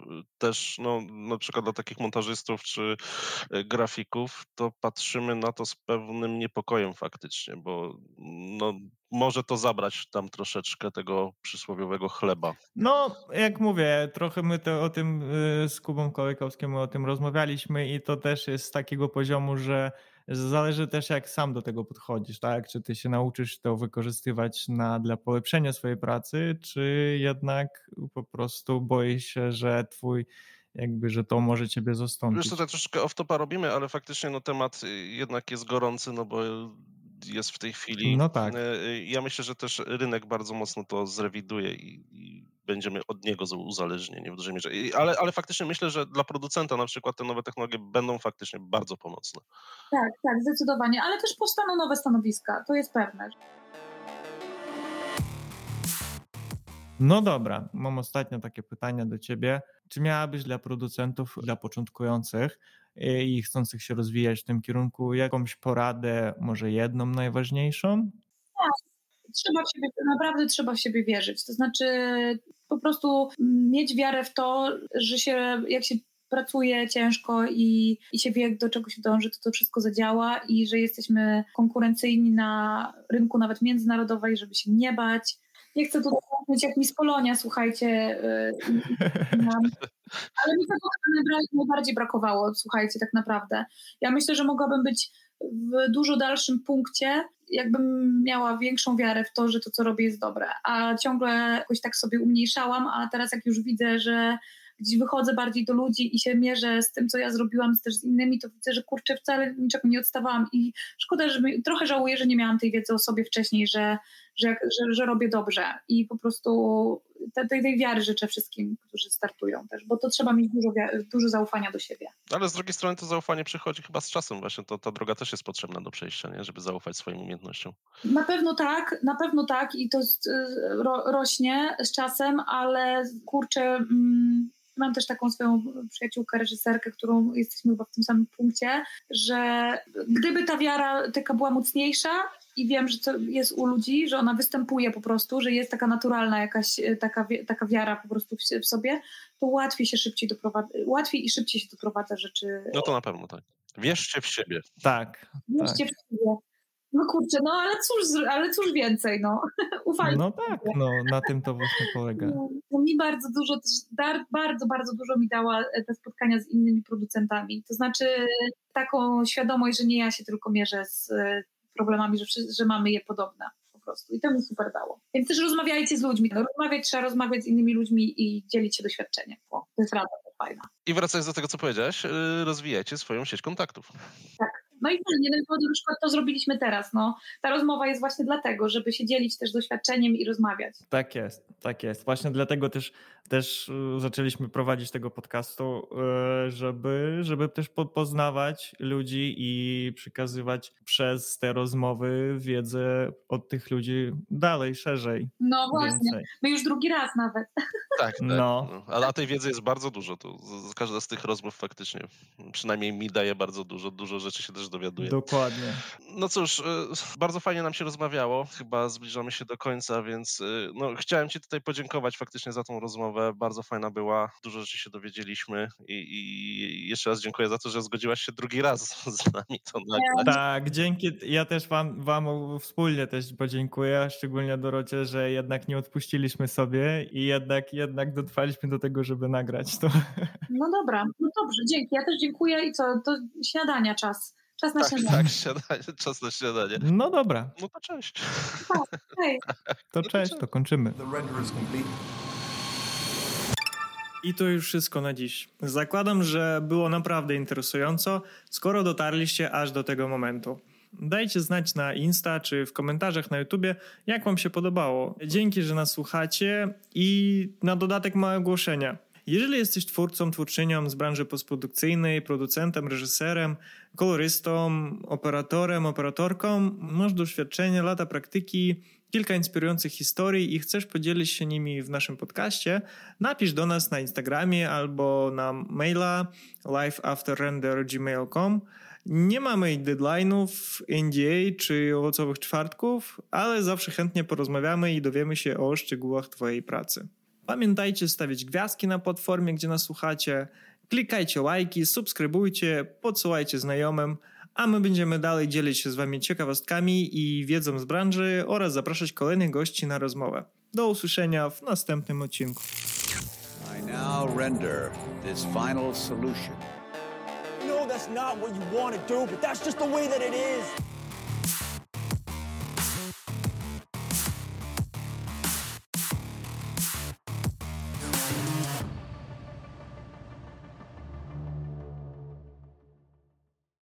też no, na przykład dla takich montażystów czy y, grafików to patrzymy na to z pewnym niepokojem faktycznie, bo no, może to zabrać tam troszeczkę tego przysłowiowego chleba. No, jak mówię, trochę my to o tym y, z Kubą Kolejkowskim o tym rozmawialiśmy i to też jest z takiego poziomu, że zależy też jak sam do tego podchodzisz, tak? Czy ty się nauczysz to wykorzystywać na, dla polepszenia swojej pracy, czy jednak po prostu boisz się, że twój jakby, że to może ciebie zastąpić. Już tutaj troszeczkę off-topa robimy, ale faktycznie no, temat jednak jest gorący, no bo jest w tej chwili. No tak. Ja myślę, że też rynek bardzo mocno to zrewiduje i, i będziemy od niego uzależnieni w dużej mierze. I, ale, ale faktycznie myślę, że dla producenta na przykład te nowe technologie będą faktycznie bardzo pomocne. Tak, tak, zdecydowanie, ale też powstaną nowe stanowiska, to jest pewne. No dobra, mam ostatnie takie pytanie do ciebie. Czy miałabyś dla producentów, dla początkujących i chcących się rozwijać w tym kierunku jakąś poradę, może jedną najważniejszą? Tak, trzeba w siebie, naprawdę trzeba w siebie wierzyć. To znaczy po prostu mieć wiarę w to, że się, jak się pracuje ciężko i, i się wie, do czego się dąży, to to wszystko zadziała i że jesteśmy konkurencyjni na rynku nawet międzynarodowym, żeby się nie bać. Nie chcę tutaj mówić jak Miss Polonia, słuchajcie, yy, nam. Ale mi tego najbardziej brakowało, słuchajcie, tak naprawdę. Ja myślę, że mogłabym być w dużo dalszym punkcie, jakbym miała większą wiarę w to, że to, co robię, jest dobre. A ciągle jakoś tak sobie umniejszałam, a teraz jak już widzę, że gdzieś wychodzę bardziej do ludzi i się mierzę z tym, co ja zrobiłam też z innymi, to widzę, że kurczę, wcale niczego nie odstawałam i szkoda, że mi, trochę żałuję, że nie miałam tej wiedzy o sobie wcześniej, że, że, że, że robię dobrze i po prostu tej, tej wiary życzę wszystkim, którzy startują też, bo to trzeba mieć dużo, dużo zaufania do siebie. Ale z drugiej strony to zaufanie przychodzi chyba z czasem właśnie, to ta droga też jest potrzebna do przejścia, nie? Żeby zaufać swoim umiejętnościom. Na pewno tak, na pewno tak i to ro, rośnie z czasem, ale kurczę... Mm, mam też taką swoją przyjaciółkę, reżyserkę, którą jesteśmy chyba w tym samym punkcie, że gdyby ta wiara taka była mocniejsza i wiem, że to jest u ludzi, że ona występuje po prostu, że jest taka naturalna jakaś taka, taka wiara po prostu w, w sobie, to łatwiej się szybciej doprowadza, łatwiej i szybciej się doprowadza rzeczy. No to na pewno tak. Wierzcie w siebie. Tak. Wierzcie tak. w siebie. No kurczę, no ale cóż, ale cóż więcej, no. Ufajcie. No tak, no na tym to właśnie polega. No, to mi bardzo dużo, też dar, bardzo, bardzo dużo mi dała te spotkania z innymi producentami. To znaczy taką świadomość, że nie ja się tylko mierzę z problemami, że, że mamy je podobne po prostu. I to mi super dało. Więc też rozmawiajcie z ludźmi. No, rozmawiać trzeba rozmawiać z innymi ludźmi i dzielić się doświadczeniem. O, to jest rada, to fajna. I wracając do tego, co powiedziałeś, rozwijajcie swoją sieć kontaktów. Tak. No i jeden z powodów, na przykład to zrobiliśmy teraz. No. Ta rozmowa jest właśnie dlatego, żeby się dzielić też doświadczeniem i rozmawiać. Tak jest, tak jest. Właśnie dlatego też, też zaczęliśmy prowadzić tego podcastu, żeby, żeby też poznawać ludzi i przekazywać przez te rozmowy wiedzę od tych ludzi dalej, szerzej. No właśnie, więcej. My już drugi raz nawet. Tak, tak. No. Ale tej wiedzy jest bardzo dużo. To z, z każda z tych rozmów faktycznie, przynajmniej mi daje bardzo dużo. Dużo rzeczy się też dowiaduję. Dokładnie. No cóż, bardzo fajnie nam się rozmawiało. Chyba zbliżamy się do końca, więc no, chciałem ci tutaj podziękować faktycznie za tą rozmowę. Bardzo fajna była. Dużo rzeczy się dowiedzieliśmy i, i jeszcze raz dziękuję za to, że zgodziłaś się drugi raz z nami to nagrać. Tak, dzięki. Ja też wam, wam wspólnie też podziękuję, szczególnie Dorocie, że jednak nie odpuściliśmy sobie i jednak, jednak dotrwaliśmy do tego, żeby nagrać to. No dobra, no dobrze, dzięki. Ja też dziękuję i co, to śniadania czas. Czas na tak, śniadanie. Tak, śniadanie, czas na śniadanie. No dobra. No to cześć. Tak, hej. To cześć, to kończymy. I to już wszystko na dziś. Zakładam, że było naprawdę interesująco, skoro dotarliście aż do tego momentu. Dajcie znać na Insta czy w komentarzach na YouTubie, jak wam się podobało. Dzięki, że nas słuchacie i na dodatek małe ogłoszenia. Jeżeli jesteś twórcą, twórczynią z branży postprodukcyjnej, producentem, reżyserem, kolorystą, operatorem, operatorką, masz doświadczenie, lata praktyki, kilka inspirujących historii i chcesz podzielić się nimi w naszym podcaście, napisz do nas na Instagramie albo na maila live after render at gmail dot com. Nie mamy deadline'ów, N D A czy owocowych czwartków, ale zawsze chętnie porozmawiamy i dowiemy się o szczegółach twojej pracy. Pamiętajcie stawiać gwiazdki na platformie, gdzie nas słuchacie, klikajcie lajki, subskrybujcie, podsyłajcie znajomym, a my będziemy dalej dzielić się z wami ciekawostkami i wiedzą z branży oraz zapraszać kolejnych gości na rozmowę. Do usłyszenia w następnym odcinku. I now render this final solution. No, that's not what you want to do, but that's just the way that it is.